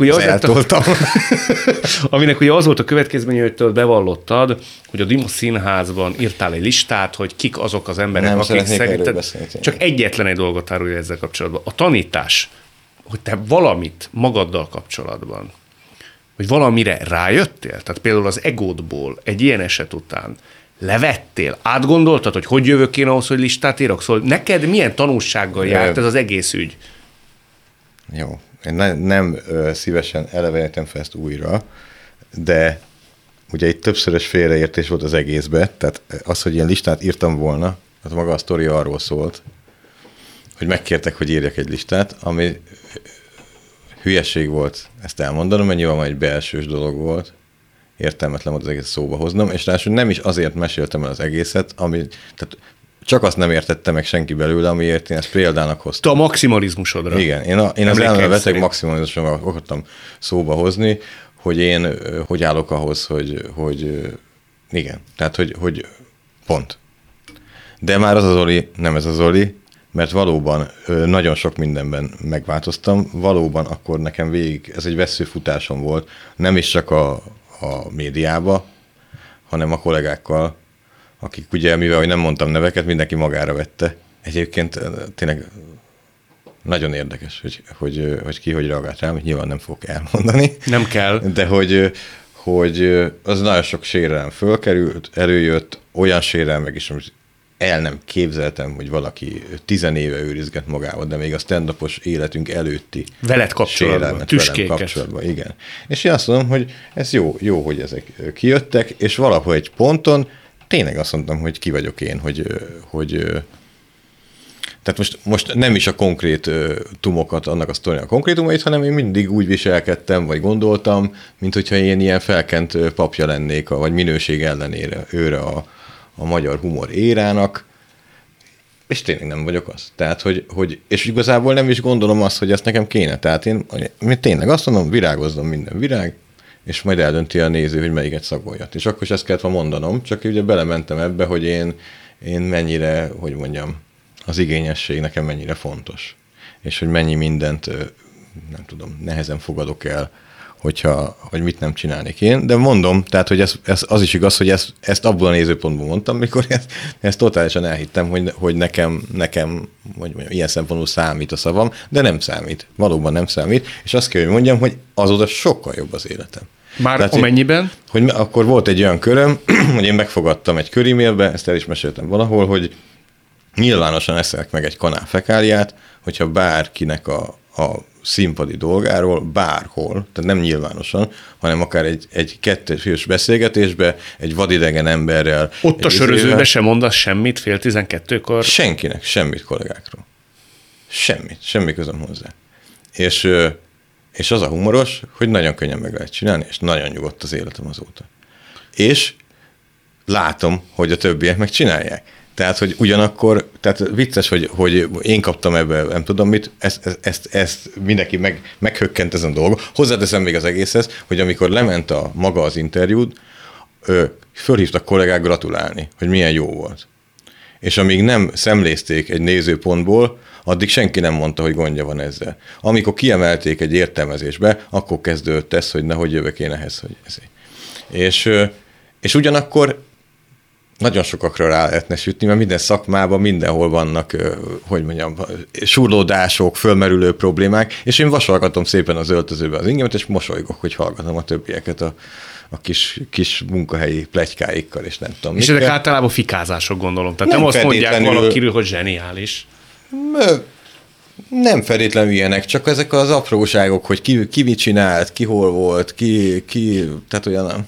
ugye az volt a következménye, hogy te bevallottad, hogy a Dimas Színházban írtál egy listát, hogy kik azok az emberek, nem akik szerinted... Csak egyetlen egy dolgot árulja ezzel kapcsolatban. A tanítás, hogy te valamit magaddal kapcsolatban, hogy valamire rájöttél, tehát például az egódból egy ilyen eset után levettél, átgondoltad, hogy jövök én ahhoz, hogy listát írok? Szóval neked milyen tanulsággal járt ez az egész ügy? Jó, én nem szívesen elevenítem fel ezt újra, de ugye itt többszörös félreértés volt az egészbe, tehát az, hogy ilyen listát írtam volna, az maga a sztori arról szólt, hogy megkértek, hogy írjak egy listát, ami hülyeség volt ezt elmondanom, mert nyilván egy belsős dolog volt, értelmetlen volt az egész szóba hoznom, és ráadásul nem is azért meséltem el az egészet, tehát csak azt nem értette meg senki belőle, amiért én ezt példának hoztam. Te a maximalizmusodra. Igen, én az elmebeteg maximalizmusra akartam szóba hozni, hogy én hogy állok ahhoz, hogy igen, tehát hogy pont. De már az a Zoli, nem ez a Zoli, mert valóban nagyon sok mindenben megváltoztam, valóban akkor nekem végig, ez egy vesszőfutásom volt, nem is csak a médiába, hanem a kollégákkal, akik ugye, mivel hogy nem mondtam neveket, mindenki magára vette. Egyébként tényleg nagyon érdekes, hogy ki hogy reagált rám, hogy nyilván nem fogok elmondani. Nem kell. De hogy az nagyon sok sérelem fölkerült, előjött, olyan sérelmek is, amit el nem képzeltem, hogy valaki 10 éve őrizget magával, de még a stand-upos életünk előtti veled kapcsolatban, tüskéket. Kapcsolatban, igen. És én azt mondom, hogy ez jó, hogy ezek kijöttek, és valahogy egy ponton tényleg azt mondtam, hogy ki vagyok én, hogy tehát most nem is a konkrét tumokat, annak a sztorinak a konkrétumait, hanem én mindig úgy viselkedtem, vagy gondoltam, mint hogyha én ilyen felkent papja lennék, vagy minőség ellenére őre a magyar humor érának, és tényleg nem vagyok az. Tehát, és igazából nem is gondolom azt, hogy ezt nekem kéne. Tehát én tényleg azt mondom, virágozzon minden virág, és majd eldönti a néző, hogy melyiket szagoljat. És akkor is ezt kellett volna mondanom, csak ugye belementem ebbe, hogy én mennyire, hogy mondjam, az igényesség nekem mennyire fontos. És hogy mennyi mindent, nem tudom, nehezen fogadok el, hogy mit nem csinálnék én, de mondom, tehát, hogy ez az is igaz, hogy ezt abból a nézőpontból mondtam, mikor ezt totálisan elhittem, hogy nekem hogy mondjam, ilyen szempontból számít a szavam, de nem számít. Valóban nem számít, és azt kell, hogy mondjam, hogy azóta sokkal jobb az életem. Már tehát, amennyiben? Hogy akkor volt egy olyan köröm, hogy én megfogadtam egy körímélbe, ezt el is meséltem valahol, hogy nyilvánosan eszek meg egy kanál fekáliát, hogyha bárkinek a színpadi dolgáról bárhol, tehát nem nyilvánosan, hanem akár egy kettős beszélgetésbe, egy vadidegen emberrel. Ott a sörözőbe sem mondasz semmit 11:30-kor? Senkinek, semmit kollégákról. Semmi közöm hozzá. És az a humoros, hogy nagyon könnyen meg lehet csinálni, és nagyon nyugodt az életem azóta. És látom, hogy a többiek meg csinálják. Tehát, hogy ugyanakkor, tehát vicces, hogy én kaptam ebbe, nem tudom mit, ezt mindenki meghökkent ezen a dolgon. Hozzáteszem még az egészhez, hogy amikor lement a maga az interjút, fölhívtak kollégák gratulálni, hogy milyen jó volt. És amíg nem szemlézték egy nézőpontból, addig senki nem mondta, hogy gondja van ezzel. Amikor kiemelték egy értelmezésbe, akkor kezdődött ez, hogy nehogy jövök én ehhez, hogy ezért. És ugyanakkor nagyon sokakra rá lehetne sütni, mert minden szakmában mindenhol vannak, hogy mondjam, surlódások, fölmerülő problémák, és én vasalgatom szépen az öltözőbe az ingemet, és mosolygok, hogy hallgatom a többieket a kis munkahelyi pletykáikkal, és nem tudom. És ezek általában fikázások, gondolom. Tehát nem azt mondják valakiről, hogy zseniális. Nem feltétlenül ilyenek, csak ezek az apróságok, hogy ki mit csinált, ki hol volt, tehát olyan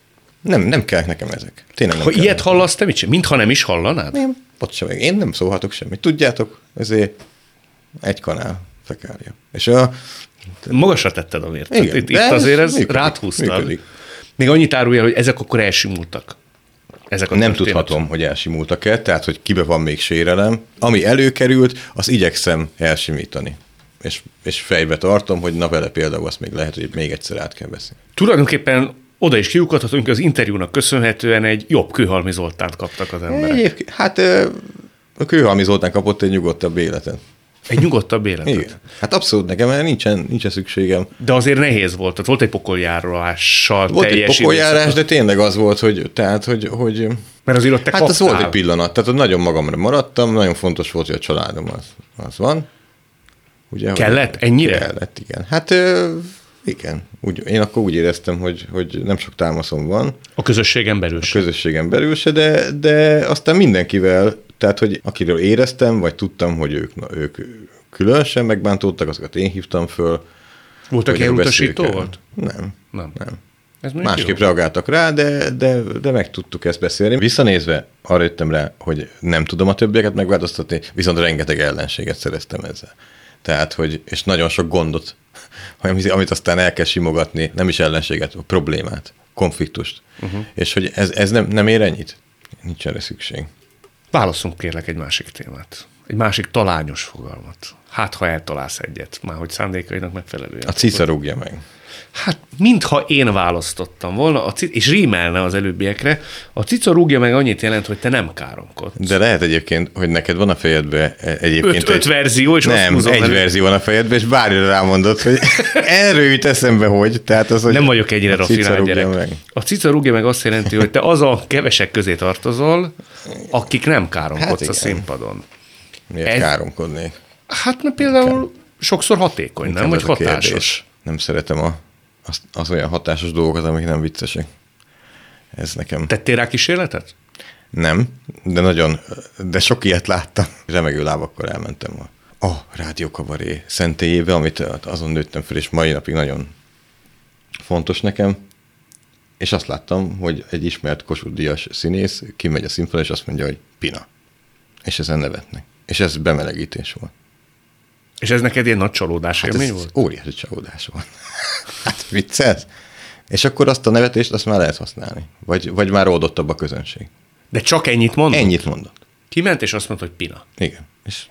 nem kell nekem ezek. Tényleg nem ha kell. Ilyet hallasz, te mit csinál? Mintha nem is hallanád? Nem, ott sem. Én nem szólhatok semmit. Tudjátok, ezért egy kanál fekárja. És magasra tetted a vért. Igen, Itt azért ez működik, rád húztad. Működik. Még annyit árulja, hogy ezek akkor elsimultak. Nem tudhatom, hogy elsimultak-e, tehát, hogy kibe van még sérelem. Ami előkerült, azt igyekszem elsimítani. És fejbe tartom, hogy na vele például azt még lehet, hogy még egyszer át kell beszélni. Tulajdonképpen oda is kiukadhatunk, hogy az interjúnak köszönhetően egy jobb Kőhalmi Zoltánt kaptak az emberek. Egyébként, hát a Kőhalmi Zoltán kapott egy nyugodtabb életet. Egy nyugodtabb életet? Igen. Hát abszolút nekem erre nincsen szükségem. De azért nehéz volt, tehát volt egy pokoljárással volt teljes egy pokoljárás, de tényleg az volt, hogy mert azért ott te hát kaptál. az volt egy pillanat, tehát ott nagyon magamra maradtam, nagyon fontos volt, hogy a családom az van. Ugye, kellett? Ennyire? Kellett, igen. Hát igen. Én akkor úgy éreztem, hogy nem sok támaszom van. A közösségen belül se. A közösségen belül se, de aztán mindenkivel, tehát, hogy akiről éreztem, vagy tudtam, hogy ők különösen megbántottak, azokat én hívtam föl. Voltak ilyen utasító volt? Nem. Ez másképp reagáltak rá, de meg tudtuk ezt beszélni. Visszanézve arra jöttem rá, hogy nem tudom a többieket megváltoztatni, viszont rengeteg ellenséget szereztem ezzel. Tehát, és nagyon sok gondot, amit aztán el kell simogatni, nem is ellenséget, a problémát, konfliktust. És hogy ez nem ér ennyit? Nincs erre szükség. Válasszunk kérlek egy másik témát. Egy másik talányos fogalmat. Hát, ha eltalálsz egyet, már hogy szándékainak megfelelően. A cica rúgja meg. Hát, mintha én választottam volna, és rímelne az előbbiekre, a cica rúgja meg annyit jelent, hogy te nem káromkodsz. De lehet egyébként, hogy neked van a fejedben egyébként öt verzió, és nem, azt egy verzió van a fejedben, és bármire rámondod, hogy erről jut eszembe, hogy. Tehát az, hogy nem vagyok ennyire rafinált gyerek. Meg. A cica rúgja meg azt jelenti, hogy te az a kevesek közé tartozol, akik nem káromkodsz a színpadon. Miért káromkodnék? Hát, mert például sokszor hatékony, nem? Vagy hatásos. Nem szeretem az olyan hatásos dolgokat, amik nem viccesek. Ez nekem... Tettél rá kísérletet? Nem, de sok ilyet láttam. Remegő lábakkal elmentem a rádiókabaré szentélyébe, amit azon nőttem fel, és mai napig nagyon fontos nekem. És azt láttam, hogy egy ismert Kossuth Díjas színész kimegy a színpadra, és azt mondja, hogy Pina. És ezen nevetnek. És ez bemelegítés volt. És ez neked ilyen nagy csalódás élmény volt? Óriási csalódás volt. Hát viccelsz? És akkor azt a nevetést azt már lehet használni. Vagy már oldottabb a közönség. De csak ennyit mondott? Ennyit mondott. Kiment, és azt mondta, hogy Pina. Igen. És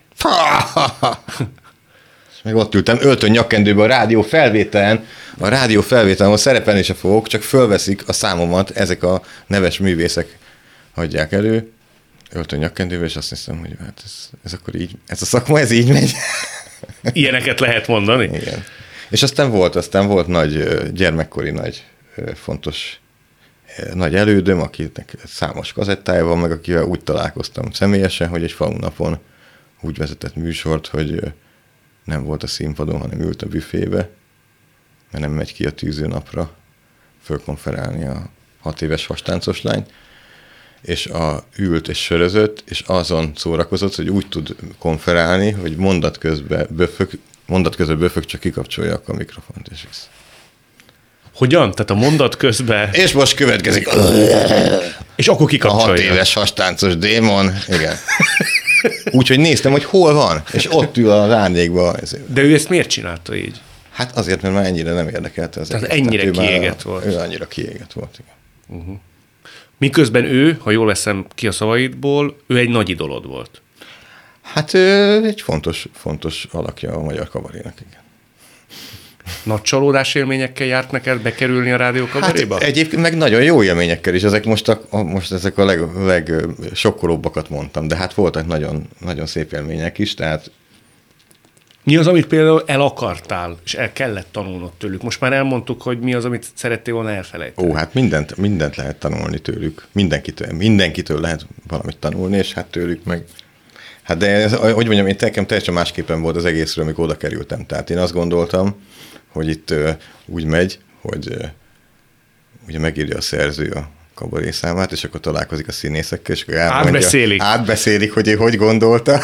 meg ott ültem öltön nyakkendőben a rádió felvételen, ahol szerepelni se fogok, csak fölveszik a számomat, ezek a neves művészek hagyják elő, öltön nyakkendőben, és azt hiszem, hogy hát ez akkor így, ez a szakma, ez így megy. Ilyeneket lehet mondani? Igen. És aztán volt nagy gyermekkori, fontos nagy elődöm, akinek számos kazettája van, meg akivel úgy találkoztam személyesen, hogy egy falunapon úgy vezetett műsort, hogy nem volt a színpadon, hanem ült a büfébe, mert nem megy ki a tűzőnapra fölkonferálni a 6 éves vastáncos lányt, és ült és sörözött, és azon szórakozott, hogy úgy tud konferálni, hogy mondat közben böfög, mondat közben böfög, csak kikapcsolja akkor a mikrofont, és visz. Hogyan? Tehát a mondat közben... És most következik És akkor a kikapcsolja. 6 éves hastáncos démon. Igen. Úgyhogy néztem, hogy hol van, és ott ül az árnyékban. De ő ezt miért csinálta így? Hát azért, mert már ennyire nem érdekelte az Tehát egész. ennyire ő kiégett volt. Ő annyira kiégett volt, igen. Miközben ő, ha jól veszem ki a szavaidból, ő egy nagy idolod volt. Hát egy fontos alakja a magyar kabarénak, igen. Nagy csalódás élményekkel járt neked bekerülni a rádió kabaréba? Hát egyébként meg nagyon jó élményekkel is, ezek most ezek a legsokkolóbbakat mondtam, de hát voltak nagyon, nagyon szép élmények is, tehát Mi az, amit például el akartál, és el kellett tanulnod tőlük? Most már elmondtuk, hogy mi az, amit szerettél volna elfelejteni. hát mindent lehet tanulni tőlük, mindenkitől lehet valamit tanulni, és hát tőlük meg. Hát de ez, hogy mondjam, én nekem teljesen másképpen volt az egészről, amikor oda kerültem. Tehát én azt gondoltam, hogy itt úgy megy, hogy ugye megírja a szerző a kabaré számát, és akkor találkozik a színészekkel, és akkor átbeszélik, hogy ő hogy gondolta.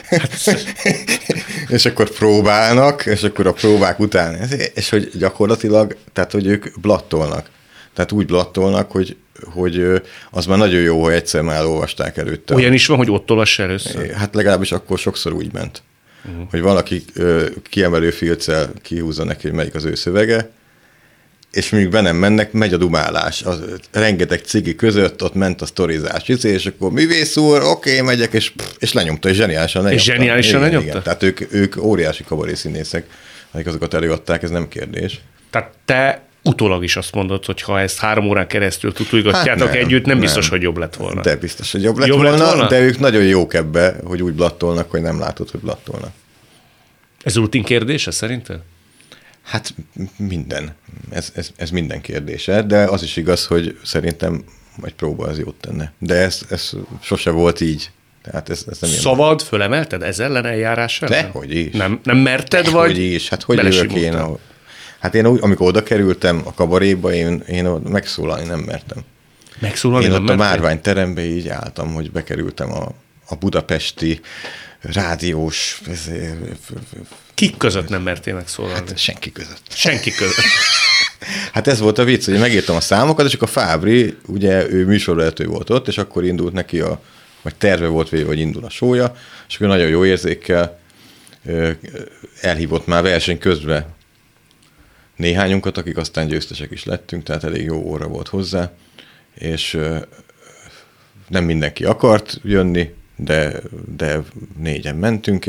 És akkor próbálnak, és akkor a próbák után, és hogy gyakorlatilag, tehát hogy ők blattolnak. Tehát úgy blattolnak, hogy az már nagyon jó, hogy egyszer már olvasták előtte. Olyan is van, hogy ott olvass először? Hát legalábbis akkor sokszor úgy ment. Hogy valaki kiemelő filccel kihúzza neki, hogy melyik az ő szövege, és mondjuk be nem mennek, megy a dumálás. Rengeteg cigi között ott ment a sztorizás, és akkor művész úr, oké, megyek, és lenyomta, és zseniálisan lenyomta. És zseniálisan lenyomta? Igen. Tehát ők óriási kabarészínészek, akik azokat előadták, ez nem kérdés. Tehát te utólag is azt mondod, hogy ha ezt 3 órán keresztül tutulgatjátok együtt, nem biztos, hogy jobb lett volna. De biztos, hogy jobb lett volna, de ők nagyon jók ebbe, hogy úgy blattolnak, hogy nem látod, hogy blattolnak. Ez rutin kérdése szerinted? Hát minden. Ez minden kérdése, de az is igaz, hogy szerintem egy próba az jót tenne. De ez sose volt így. Tehát ez nem Szavad fölemelted ez ellen eljárás ellen? Dehogy is. Nem merted, vagy? Dehogy is. Hát hogy jövök én? Hát én amikor oda kerültem a kabaréba, én megszólalni nem mertem. Megszólalni én nem ott mertem? a Márvány terembe így álltam, hogy bekerültem a budapesti rádiós... Kik között nem mertél megszólalni? Hát senki között. Senki között. Hát ez volt a vicc, hogy megírtam a számokat, és akkor a Fábri, ugye ő műsorvezető volt ott, és akkor indult neki vagy terve volt véve, hogy indul a show-ja, és akkor nagyon jó érzékkel elhívott már verseny közben néhányunkat, akik aztán győztesek is lettünk, tehát elég jó óra volt hozzá, és nem mindenki akart jönni, de 4-en mentünk,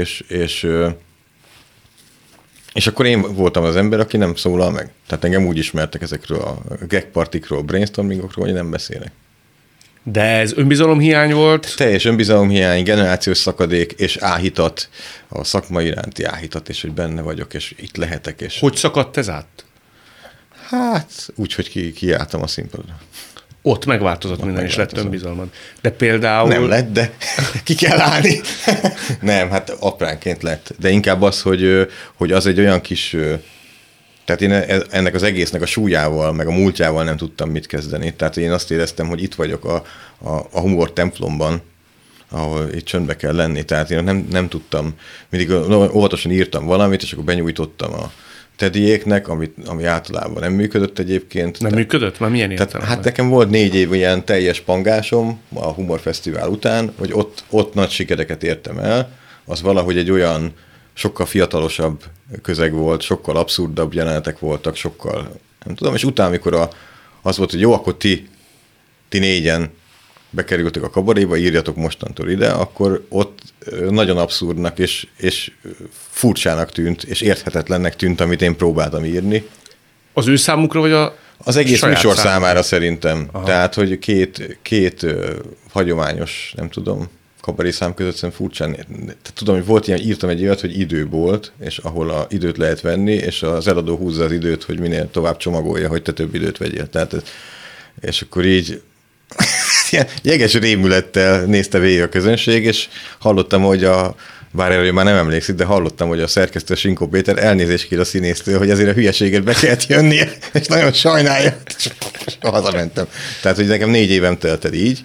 és akkor én voltam az ember, aki nem szólal meg. Tehát engem úgy ismertek ezekről a gagpartikról, brainstormingokról, hogy nem beszélek. De ez önbizalomhiány volt? Teljes önbizalomhiány, generációs szakadék, és áhítat, a szakma iránti áhítat, és hogy benne vagyok, és itt lehetek. És... Hogy szakadt ez át? Hát úgy, hogy kiálltam a színpadra. Ott megváltozott minden, és lett önbizalmad. De például... Nem lett, de ki kell állni. Nem, hát apránként lett. De inkább az, hogy az egy olyan kis... Tehát én ennek az egésznek a súlyával, meg a múltjával nem tudtam mit kezdeni. Tehát én azt éreztem, hogy itt vagyok a humor templomban, ahol itt csöndbe kell lenni. Tehát én nem tudtam, mindig óvatosan írtam valamit, és akkor benyújtottam a Teddyéknek, ami általában nem működött egyébként. Nem működött? Már milyen értelemben? Hát nekem volt 4 év ilyen teljes pangásom a Humorfesztivál után, hogy ott nagy sikereket értem el, az valahogy egy olyan sokkal fiatalosabb közeg volt, sokkal abszurdabb jelenetek voltak, sokkal, nem tudom, és utána, amikor az volt, hogy jó, akkor ti 4-en bekerültek a kabaréba, írjatok mostantól ide, akkor ott nagyon abszurdnak és furcsának tűnt, és érthetetlennek tűnt, amit én próbáltam írni. Az ő számukra, vagy az egész műsor számára szerintem. Aha. Tehát, hogy két hagyományos, nem tudom, kabarészám között szerintem furcsán. Tudom, hogy volt ilyen, írtam egy olyat, hogy időbolt, és ahol a időt lehet venni, és az eladó húzza az időt, hogy minél tovább csomagolja, hogy te több időt vegyél. Tehát, és akkor így ilyen jeges rémülettel nézte végig a közönség, és hallottam, hogy bár erről már nem emlékszik, de hallottam, hogy a szerkesztő Sinkó Péter elnézést kér a színésztől, hogy ezért a hülyeséget be kellett jönnie, és nagyon sajnálja, és hazamentem. Tehát, hogy nekem 4 évem telt el így.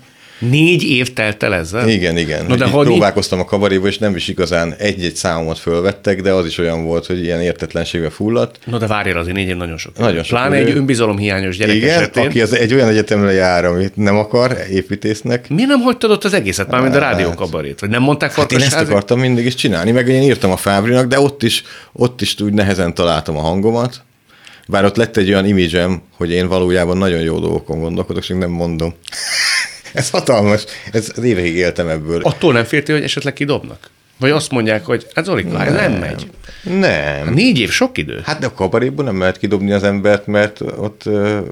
4 év telt el ezzel? Igen. No, de próbálkoztam a kabaréba, és nem is igazán egy-egy számot fölvettek, de az is olyan volt, hogy ilyen értetlenségbe fulladt. No, de várjál, azért 4 év nagyon sok. Nagyon sok. Pláne egy önbizalomhiányos gyerek esetén. Aki egy olyan egyetemre jár, amit nem akar építésznek. Miért nem hagytad ott az egészet, már mint a rádiókabarét? Vagy nem mondták Farkasházi? Én ezt akartam mindig is csinálni, meg én írtam a Fábrinak, de ott is úgy nehezen találtam a hangomat. Bár ott lett egy olyan imidzsem, hogy én valójában nagyon jó dolgokon gondolkodok, csak nem mondom. Ez hatalmas, ez évekig éltem ebből. Attól nem féltél, hogy esetleg kidobnak? Vagy azt mondják, hogy ez Zolika, ez nem megy. Nem. 4 év sok idő. Hát de a kabarékból nem lehet kidobni az embert, mert ott,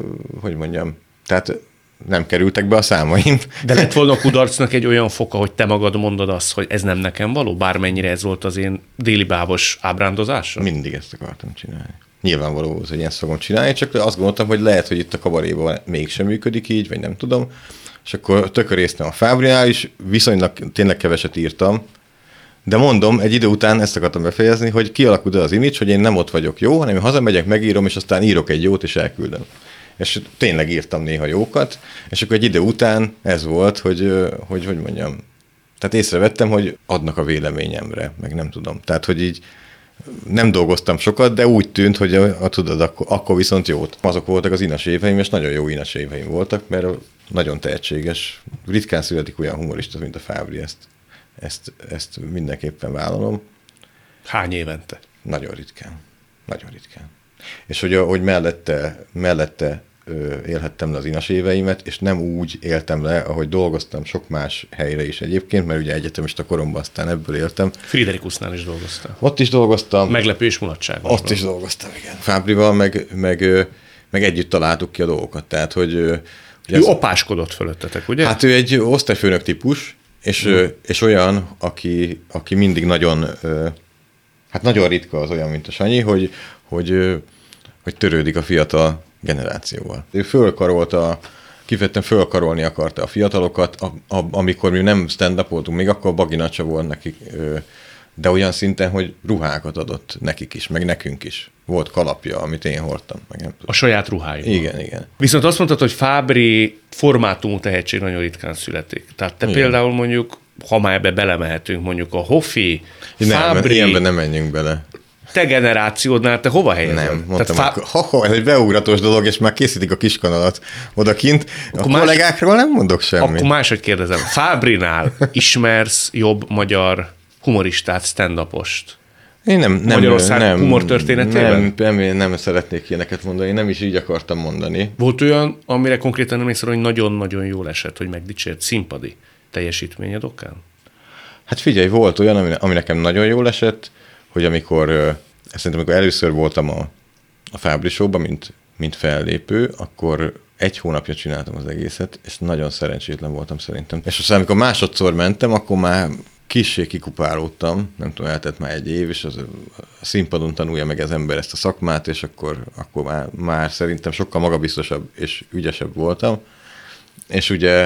tehát nem kerültek be a számaim. De lett volna a kudarcnak egy olyan foka, hogy te magad mondod azt, hogy ez nem nekem való, bármennyire ez volt az én déli bábos ábrándozása? Mindig ezt akartam csinálni. Nyilvánvaló volt, hogy én ezt fogom csinálni, csak azt gondoltam, hogy lehet, hogy itt a kabaréban mégsem működik így, vagy nem tudom. És akkor tökörésztem a Fábrinál is, viszonylag tényleg keveset írtam, de mondom, egy idő után ezt akartam befejezni, hogy kialakult az image, hogy én nem ott vagyok jó, hanem én hazamegyek, megírom, és aztán írok egy jót, és elküldöm. És tényleg írtam néha jókat, és akkor egy idő után ez volt, hogy mondjam, tehát észrevettem, hogy adnak a véleményemre, meg nem tudom. Tehát, hogy így nem dolgoztam sokat, de úgy tűnt, hogy tudod, akkor viszont jót. Azok voltak az inas éveim, és nagyon jó inas éveim voltak, mert nagyon tehetséges. Ritkán születik olyan humorista, mint a Fábri, ezt mindenképpen vállalom. Hány évente? Nagyon ritkán. Nagyon ritkán. És hogy mellette élhettem le az inas éveimet, és nem úgy éltem le, ahogy dolgoztam sok más helyre is egyébként, mert ugye egyetemista koromban aztán ebből éltem. Friderikusznál is dolgoztam. Ott is dolgoztam. Meglepő és mulatság. Ott is dolgoztam, igen. Fábrival meg együtt találtuk ki a dolgokat. Tehát, hogy ő opáskodott fölöttetek, ugye? Hát ő egy osztályfőnök típus, és olyan, aki mindig nagyon, hát nagyon ritka az olyan, mint a Sanyi, hogy törődik a fiatal generációval. Ő kifejezetten fölkarolni akarta a fiatalokat, amikor mi nem stand-upoltunk, még akkor baginacsa volt nekik, de olyan szinten, hogy ruhákat adott nekik is, meg nekünk is. Volt kalapja, amit én hordtam, meg nem tudom. A saját ruhájuk. Igen. Viszont azt mondtad, hogy Fábri formátumú tehetség nagyon ritkán születik. Tehát te például mondjuk, ha már ebbe belemehetünk, mondjuk a Hoffi, Fábri... Ilyenben nem menjünk bele. Te generációdnál, te hova helyezed? Nem, mondtam, ez egy beugratos dolog, és már készítik a kiskanalat odakint. Akkor a kollégákról nem mondok semmit. Akkor máshogy kérdezem. Fábrinál ismersz jobb magyar humoristát, stand-upost? Én nem Magyarország humortörténetében? Nem szeretnék ilyeneket mondani, én nem is így akartam mondani. Volt olyan, amire konkrétan emlékszel, hogy nagyon-nagyon jól esett, hogy megdicsért színpadi teljesítményed okán? Hát figyelj, volt olyan, ami nekem nagyon jól esett, hogy amikor először voltam a Fábri Show-ban, mint fellépő, akkor 1 hónapja csináltam az egészet, és nagyon szerencsétlen voltam szerintem. És aztán, amikor másodszor mentem, akkor már kissé kikupálódtam, nem tudom, eltett már 1 év, és a színpadon tanulja meg az ember ezt a szakmát, és akkor már szerintem sokkal magabiztosabb és ügyesebb voltam. És ugye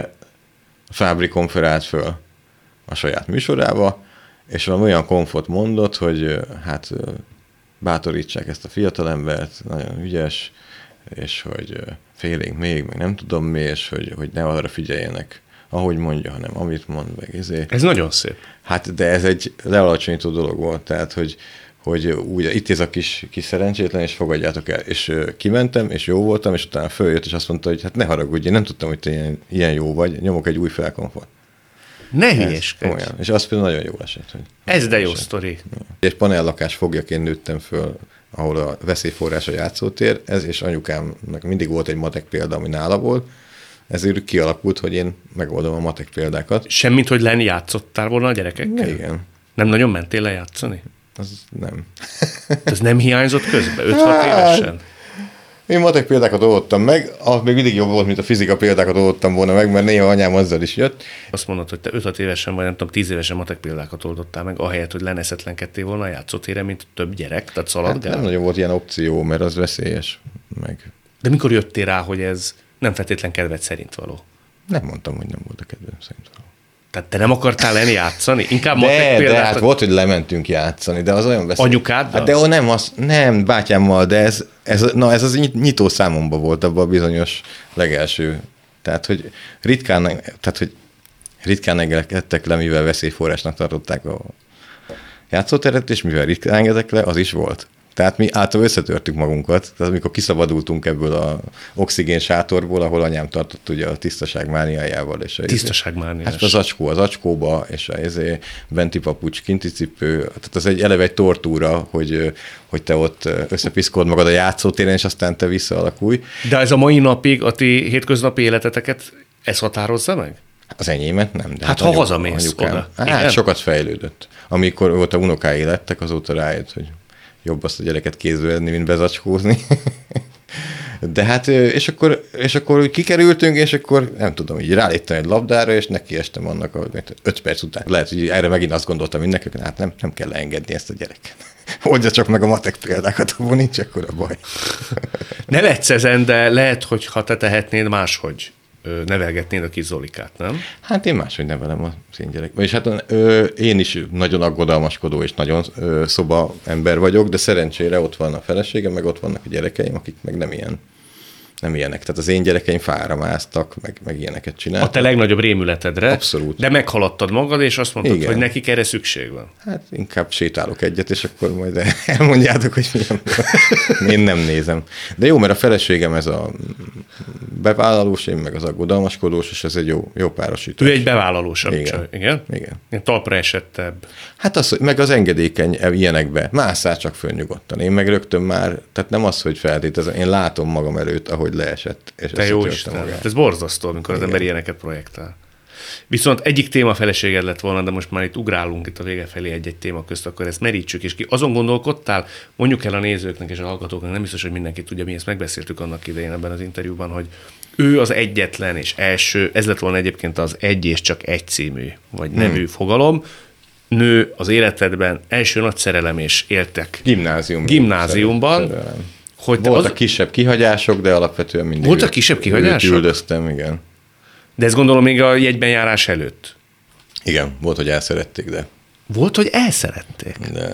a Fábri konferált föl a saját műsorába, és valami olyan komfort mondott, hogy hát bátorítsák ezt a fiatalembert, nagyon ügyes, és hogy félénk még, meg nem tudom mi, és hogy ne arra figyeljenek, ahogy mondja, hanem amit mond, meg ezért. Ez nagyon szép. Hát, de ez egy lealacsonyító dolog volt, tehát, hogy úgy, itt ez a kis szerencsétlen, és fogadjátok el. És kimentem, és jó voltam, és utána följött, és azt mondta, hogy hát ne haragudj, én nem tudtam, hogy te ilyen jó vagy, nyomok egy új felkonfort. Ne hülyeskedj. És az például nagyon jól esett. Hogy ez de jó sztori. Egy panellakás fogjaként nőttem föl, ahol a veszélyforrás a játszótér, és anyukámnak mindig volt egy matek példa, ami nála volt, ezért kialakult, hogy én megoldom a matek példákat. Semmit, hogy lenni játszottál volna a gyerekekkel? Igen. Nem nagyon mentél le játszani? Az nem. Ez nem hiányzott közben, 5-6 évesen? Én matek példákat oldottam meg, az még mindig jobb volt, mint a fizika példákat oldottam volna meg, mert néha anyám azzal is jött. Azt mondod, hogy te 5-6 évesen, vagy nem tudom, 10 évesen matek példákat oldottál meg, ahelyett, hogy leneszetlenkedtél volna a játszótére, mint több gyerek, tehát szaladgál? Hát nem nagyon volt ilyen opció, mert az veszélyes. Meg. De mikor jöttél rá, hogy ez nem feltétlen kedved szerint való? Nem mondtam, hogy nem volt a kedvem szerint való. Tehát te nem akartál lenni játszani? Inkább matek példát... De hát volt, hogy lementünk játszani, de az olyan veszélyes. Anyukáddal? Hát de nem, bátyámmal, de ez az nyitó számomba volt abban a bizonyos legelső. Tehát, hogy ritkán, tehát, hogy ritkán engedtek le, mivel veszélyforrásnak tartották a játszóteret, és mivel ritkán engedtek le, az is volt. Tehát mi általában összetörtük magunkat, tehát amikor kiszabadultunk ebből az oxigén sátorból, ahol anyám tartott ugye a tisztaság mániájával. Tisztaságmániás. Hát az acskóba, és az benti papucs, kinti cipő, tehát az eleve egy tortúra, hogy te ott összepiszkold magad a játszótéren, és aztán te visszaalakulj. De ez a mai napig a ti hétköznapi életeteket ez határozza meg? Az enyémet nem. De hát ha hazamész oda. Hát sokat fejlődött. Amikor volt a unokái lettek, azóta rájött, hogy jobb azt a gyereket kézbe venni, mint bezacskózni. De hát, és akkor kikerültünk, és akkor nem tudom, így ráléptem egy labdára, és nekiestem annak 5 perc után. Lehet, hogy erre megint azt gondoltam mindenkinek, hát nem kell leengedni ezt a gyereket. Oldja csak meg a matek példákat, abban nincs akkora baj. Nevetsz ezen, de lehet, hogy ha te tehetnéd, máshogy nevelgetnéd a kis Zolikát, nem? Hát én máshogy nevelem az én gyerek. És hát én is nagyon aggodalmaskodó és nagyon szoba ember vagyok, de szerencsére ott van a feleségem, meg ott vannak a gyerekeim, akik meg nem ilyenek. Tehát az én gyerekeim fára másztak, meg ilyeneket csináltak. A te legnagyobb rémületedre. Abszolút. De meghaladtad magad, és azt mondtad, igen, hogy nekik erre szükség van. Hát inkább sétálok egyet, és akkor majd elmondjátok, hogy milyen. Én nem nézem. De jó, mert a feleségem ez a bevállalós, én meg az aggodalmaskodós, és ez egy jó párosítás. Ő egy bevállalósabb. Igen. Igen? Igen. Ilyen talpra esettebb. Hát az, meg az engedékeny ilyenekbe. Másszál csak föl nyugodtan. Én meg rögtön már, tehát nem az, hogy feltételezem, én látom magam előtt, ahogy leesett. És te jó Isten. Ez borzasztó, amikor igen, az ember ilyeneket projektál. Viszont egyik téma feleséged lett volna, de most már itt ugrálunk itt a vége felé egy téma közt, akkor ezt merítsük és ki. Azon gondolkodtál, mondjuk el a nézőknek és a hallgatóknak, nem biztos, hogy mindenki tudja, mi ezt megbeszéltük annak idején ebben az interjúban, hogy ő az egyetlen és első, ez lett volna egyébként az Egy és csak egy című, vagy nevű fogalom, nő az életedben első nagy szerelem és éltek. Gimnáziumban. Hogy voltak kisebb kihagyások, de alapvetően mindig. Voltak kisebb kihagyások? Üldöztem, igen. De ezt gondolom még a jegyben járás előtt. Igen, volt, hogy elszerették, de... Volt, hogy elszerették? De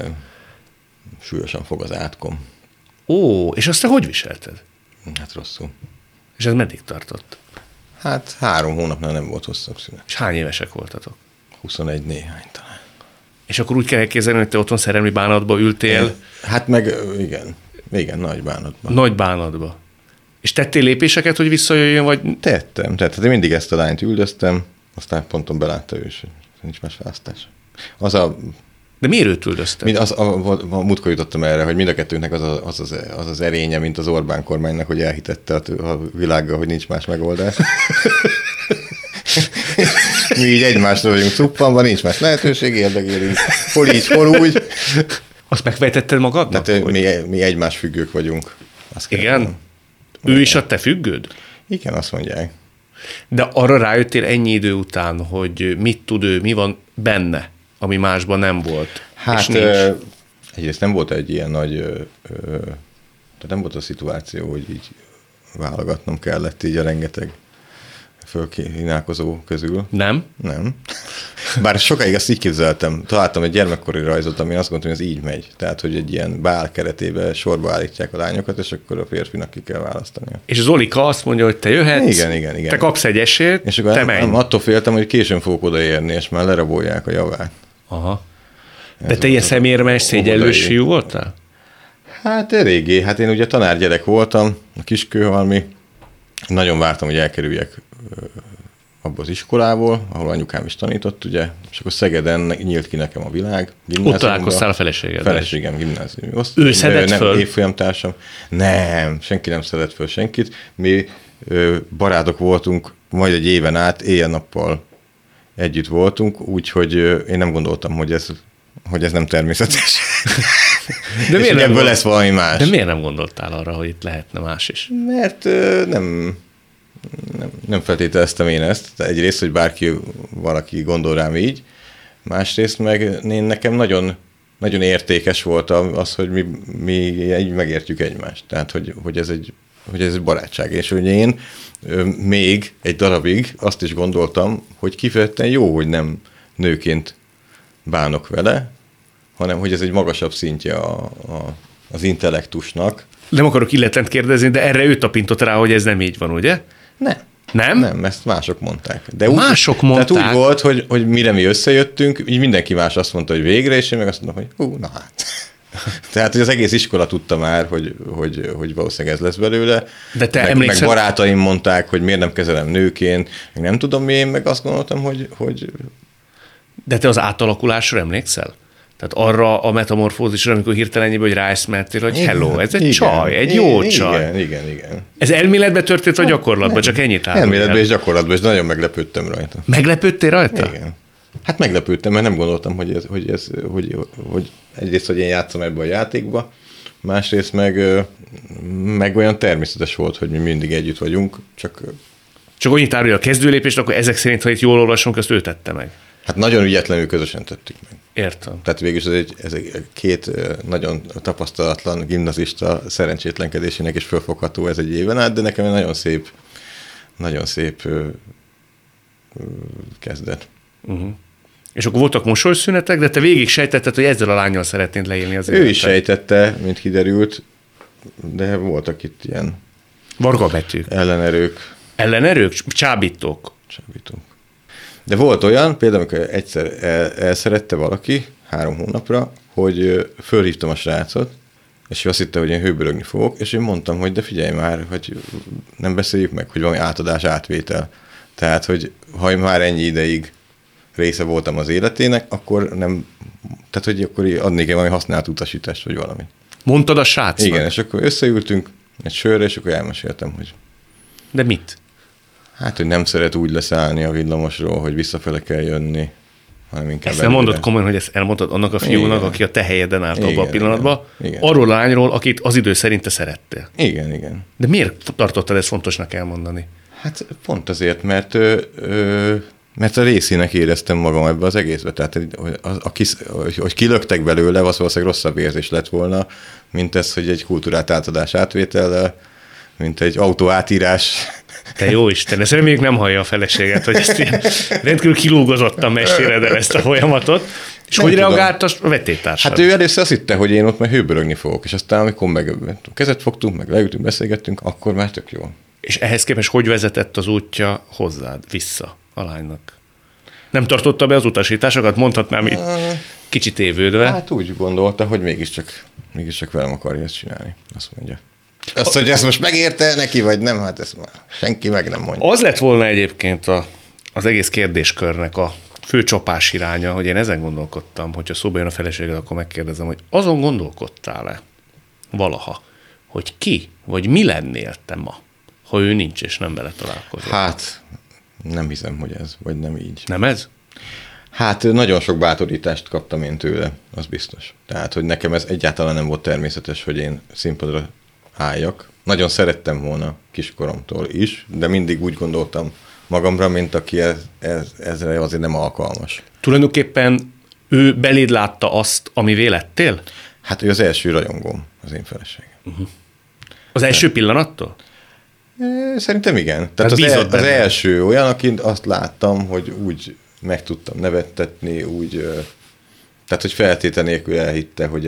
súlyosan fog az átkom. Ó, és azt te hogy viselted? Hát rosszul. És ez meddig tartott? Hát 3 hónapnál nem volt hosszabb szünet. És hány évesek voltatok? 21 néhány talán. És akkor úgy kell elképzelni, hogy te otthon szerelmi bánatba ültél? Hát meg igen, nagy bánatba. Nagy bánatba. És tettél lépéseket, hogy visszajöjjön, vagy... Tettem. Hát én mindig ezt a lányt üldöztem, aztán ponton belátta ő is, hogy nincs más választás. De miért őt üldözted? Múltkor jutottam erre, hogy mind a kettőnknek az erénye, mint az Orbán kormánynak, hogy elhitette a világgal, hogy nincs más megoldás. Mi így egymásra vagyunk cuppanva, nincs más lehetőség, érdekélünk. Hol így, hol úgy. Azt megfejtetted magadnak? Tehát mi egymás függők vagyunk. Igen? Ő is a te függőd? Igen, azt mondják. De arra rájöttél ennyi idő után, hogy mit tud ő, mi van benne, ami másban nem volt? Hát egyrészt nem volt egy ilyen nagy, tehát nem volt a szituáció, hogy így válogatnom kellett így a rengeteg fölkínálkozó közül. Nem? Nem. Bár sokáig azt így képzeltem. Találtam egy gyermekkori rajzot, ami azt gondoltam, hogy ez így megy. Tehát, hogy egy ilyen bál keretében sorba állítják a lányokat, és akkor a férfinak ki kell választania. És Zolika azt mondja, hogy te jöhetsz, igen. te kapsz egy esélyt, és akkor te menj. Attól féltem, hogy későn fogok odaérni, és már lerabolják a javát. Aha. De te ilyen szemérmes, szégyellős fiú voltál? Hát eléggé. Hát én ugye tanárgyerek voltam, a Kiskőhalmi. Nagyon vártam, hogy elkerüljek abba az iskolából, ahol anyukám is tanított, ugye, és akkor Szegeden nyílt ki nekem a világ. Ott találkoztál a feleségeddel? Feleségem gimnázium. Ő szedett föl? Nem, évfolyamtársam. Nem, senki nem szedett föl senkit. Mi barátok voltunk, majd egy éven át, éjjel-nappal együtt voltunk, úgyhogy én nem gondoltam, hogy ez nem természetes. De miért nem ebből lesz valami más? De miért nem gondoltál arra, hogy itt lehetne más is? Mert nem feltételeztem én ezt. Egyrészt, hogy valaki gondol rám így, másrészt meg nekem nagyon, nagyon értékes volt az, hogy mi így megértjük egymást. Tehát, hogy ez egy barátság. És hogy én még egy darabig azt is gondoltam, hogy kifejezetten jó, hogy nem nőként bánok vele, hanem hogy ez egy magasabb szintje az intellektusnak. Nem akarok illetent kérdezni, de erre ő tapintott rá, hogy ez nem így van, ugye? Nem. Nem? Nem, ezt mások mondták. De Mások mondták? Tehát úgy volt, hogy mire mi összejöttünk, így mindenki más azt mondta, hogy végre, és én meg azt mondom, hogy na hát. Tehát, hogy az egész iskola tudta már, hogy valószínűleg ez lesz belőle. De te meg barátaim mondták, hogy miért nem kezelem nőként, meg nem tudom mi, én meg azt gondoltam, hogy... De te az átalakulásra emlékszel? Tehát arra a metamorfózisra, amikor hirtelenjében, hogy ráeszmertél, hogy hello, ez egy csaj, egy jó csaj. Igen. Ez elméletben történt, vagy gyakorlatban? Csak ennyit állom. Elméletben és gyakorlatban, és nagyon meglepődtem rajta. Meglepődtél rajta? Igen. Hát meglepődtem, mert nem gondoltam, hogy egyrészt, hogy én játszom ebbe a játékba, másrészt meg olyan természetes volt, hogy mi mindig együtt vagyunk, csak annyit árulja a kezdőlépést, akkor ezek szerint, ha itt jól olvasunk, azt ő tette meg. Hát nagyon ügyetlenül közösen tettük meg. Értem. Tehát végülis ez egy két nagyon tapasztalatlan gimnazista szerencsétlenkedésének is fölfogható ez egy éven át, de nekem egy nagyon szép kezdet. Uh-huh. És akkor voltak mosolyszünetek, de te végig sejtetted, hogy ezzel a lányjal szeretnéd leélni az életet. Ő is sejtette, mint kiderült, de voltak itt ilyen vargabetűk. ellenerők. Ellenerők? Csábítók. De volt olyan, például, amikor egyszer elszerette valaki 3 hónapra, hogy fölhívtam a srácot, és ő azt hitte, hogy én hőbörögni fogok, és én mondtam, hogy de figyelj már, hogy nem beszéljük meg, hogy valami átadás, átvétel. Tehát, hogy ha én már ennyi ideig része voltam az életének, akkor nem, tehát, hogy akkor adnék valami használt utasítást, vagy valamit. Mondtad a srácnak? Igen, és akkor összeültünk egy sörre, és akkor elmeséltem, hogy... De mit? Hát, hogy nem szeret úgy leszállni a villamosról, hogy visszafele kell jönni, hanem inkább... Ezt nem mondod komolyan, hogy ezt elmondtad annak a fiúnak, igen, aki a te helyeden állt abban a pillanatban, igen. Arról a lányról, akit az idő szerint te szerettél. Igen. De miért tartottad ezt fontosnak elmondani? Hát pont azért, mert a részének éreztem magam ebbe az egészbe. Tehát, hogy kilöktek belőle, az valószínűleg rosszabb érzés lett volna, mint ez, hogy egy kultúrát átadás átvétellel, mint egy autó átírás. Te jó Isten, ezt reméljük nem hallja a feleséget, hogy ezt ilyen rendkívül kilúgozottan meséred el ezt a folyamatot. És nem hogy reagált a vetélytársad? Hát ő először azt hitte, hogy én ott már hőbörögni fogok, és aztán amikor meg kezet fogtunk, meg leültünk, beszélgettünk, akkor már tök jó. És ehhez képest hogy vezetett az útja hozzád, vissza a lánynak? Nem tartotta be az utasításokat? Mondhatnám itt kicsit évődve. Hát úgy gondolta, hogy mégiscsak velem akarja ezt csinálni, azt mondja. Azt, hogy ezt most megérte neki, vagy nem, hát ezt már senki meg nem mondja. Az lett volna egyébként az egész kérdéskörnek a fő csapás iránya, hogy én ezen gondolkodtam, hogyha szóba jön a feleséged, akkor megkérdezem, hogy azon gondolkodtál-e valaha, hogy ki, vagy mi lennél te ma, ha ő nincs, és nem vele találkozol? Hát, nem hiszem, hogy ez, vagy nem így. Nem ez? Hát nagyon sok bátorítást kaptam én tőle, az biztos. Tehát, hogy nekem ez egyáltalán nem volt természetes, hogy én színpadra álljak. Nagyon szerettem volna kiskoromtól is, de mindig úgy gondoltam magamra, mint aki ezre azért nem alkalmas. Tulajdonképpen ő beléd látta azt, ami vélettél? Hát ő az első rajongóm, az én feleségem. Uh-huh. Az első pillanattól? Szerintem igen. Tehát az első olyan, akin azt láttam, hogy úgy meg tudtam nevettetni, úgy, tehát hogy feltétel nélkül elhitte, hogy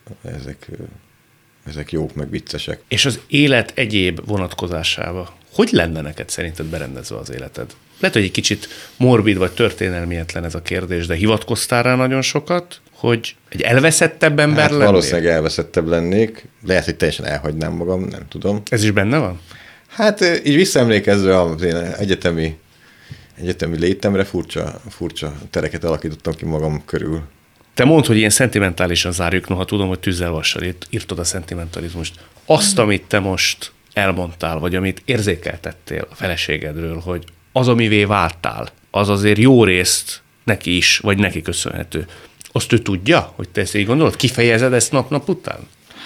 ezek jók, meg viccesek. És az élet egyéb vonatkozásába, hogy lenne neked szerinted berendezve az életed? Lehet, hogy egy kicsit morbid vagy történelmietlen ez a kérdés, de hivatkoztál rá nagyon sokat, hogy egy elveszettebb ember lennél? Valószínűleg elveszettebb lennék. Lehet, hogy teljesen elhagynám magam, nem tudom. Ez is benne van? Hát így visszaemlékezve az én egyetemi létemre furcsa tereket alakítottam ki magam körül. Te mondd, hogy ilyen szentimentálisan zárjuk, noha tudom, hogy tűzzel vassal írtad a szentimentalizmust. Azt, amit te most elmondtál, vagy amit érzékeltettél a feleségedről, hogy az, amivé váltál, az azért jó részt neki is, vagy neki köszönhető. Azt ő tudja, hogy te ezt így gondolod? Kifejezed ezt nap-nap után?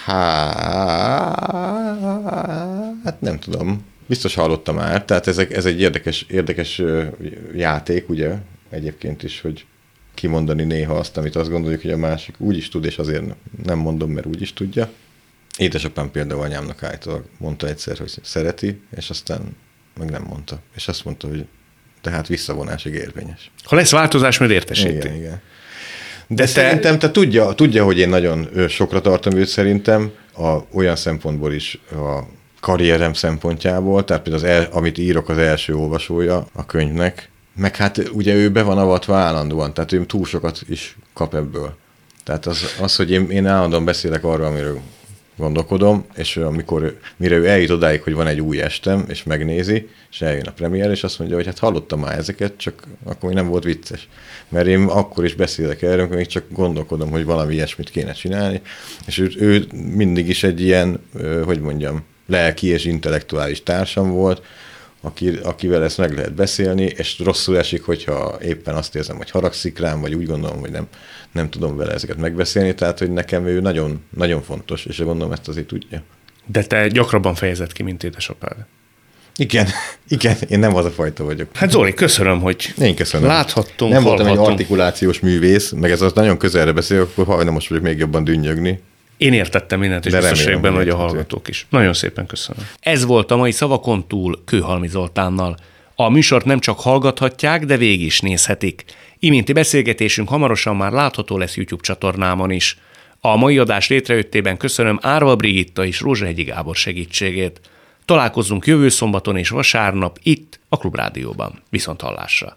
Hát nem tudom. Biztos hallottam már. Tehát ez egy érdekes játék, ugye, egyébként is, hogy kimondani néha azt, amit azt gondoljuk, hogy a másik úgy is tud, és azért nem mondom, mert úgy is tudja. Édesapám például anyámnak állítólag mondta egyszer, hogy szereti, és aztán meg nem mondta. És azt mondta, hogy tehát visszavonásig érvényes. Ha lesz változás, majd értesíti. Igen. De szerintem te tudja, hogy én nagyon sokra tartom őt szerintem, olyan szempontból is, karrierem szempontjából, tehát például amit írok, az első olvasója a könyvnek, meg hát ugye ő be van avatva állandóan, tehát ő túl sokat is kap ebből. Tehát az hogy én állandóan beszélek arról, amiről gondolkodom, és mire ő eljut odáig, hogy van egy új estem, és megnézi, és eljön a premier, és azt mondja, hogy hát hallottam már ezeket, csak akkor még nem volt vicces. Mert én akkor is beszélek erről, amikor még csak gondolkodom, hogy valami ilyesmit kéne csinálni, és ő mindig is egy ilyen, hogy mondjam, lelki és intellektuális társam volt, akivel ezt meg lehet beszélni, és rosszul esik, hogyha éppen azt érzem, hogy haragszik rám, vagy úgy gondolom, hogy nem tudom vele ezeket megbeszélni, tehát hogy nekem ő nagyon, nagyon fontos, és gondolom ezt azért tudja. De te gyakrabban fejezed ki, mint édesapád. Igen, én nem az a fajta vagyok. Hát Zoli, köszönöm, hogy én köszönöm. Láthattunk, nem voltam egy artikulációs művész, meg ez az nagyon közelre beszélek, akkor hajlamos vagyok még jobban dünnyögni. Én értettem mindent, és biztosségben, hogy a hallgatók is. Nagyon szépen köszönöm. Ez volt a mai Szavakon túl Kőhalmi Zoltánnal. A műsort nem csak hallgathatják, de végig is nézhetik. Iménti beszélgetésünk hamarosan már látható lesz YouTube csatornámon is. A mai adás létrejöttében köszönöm Árva Brigitta és Rózsahegyi Gábor segítségét. Találkozzunk jövő szombaton és vasárnap itt a Klubrádióban. Viszonthallásra!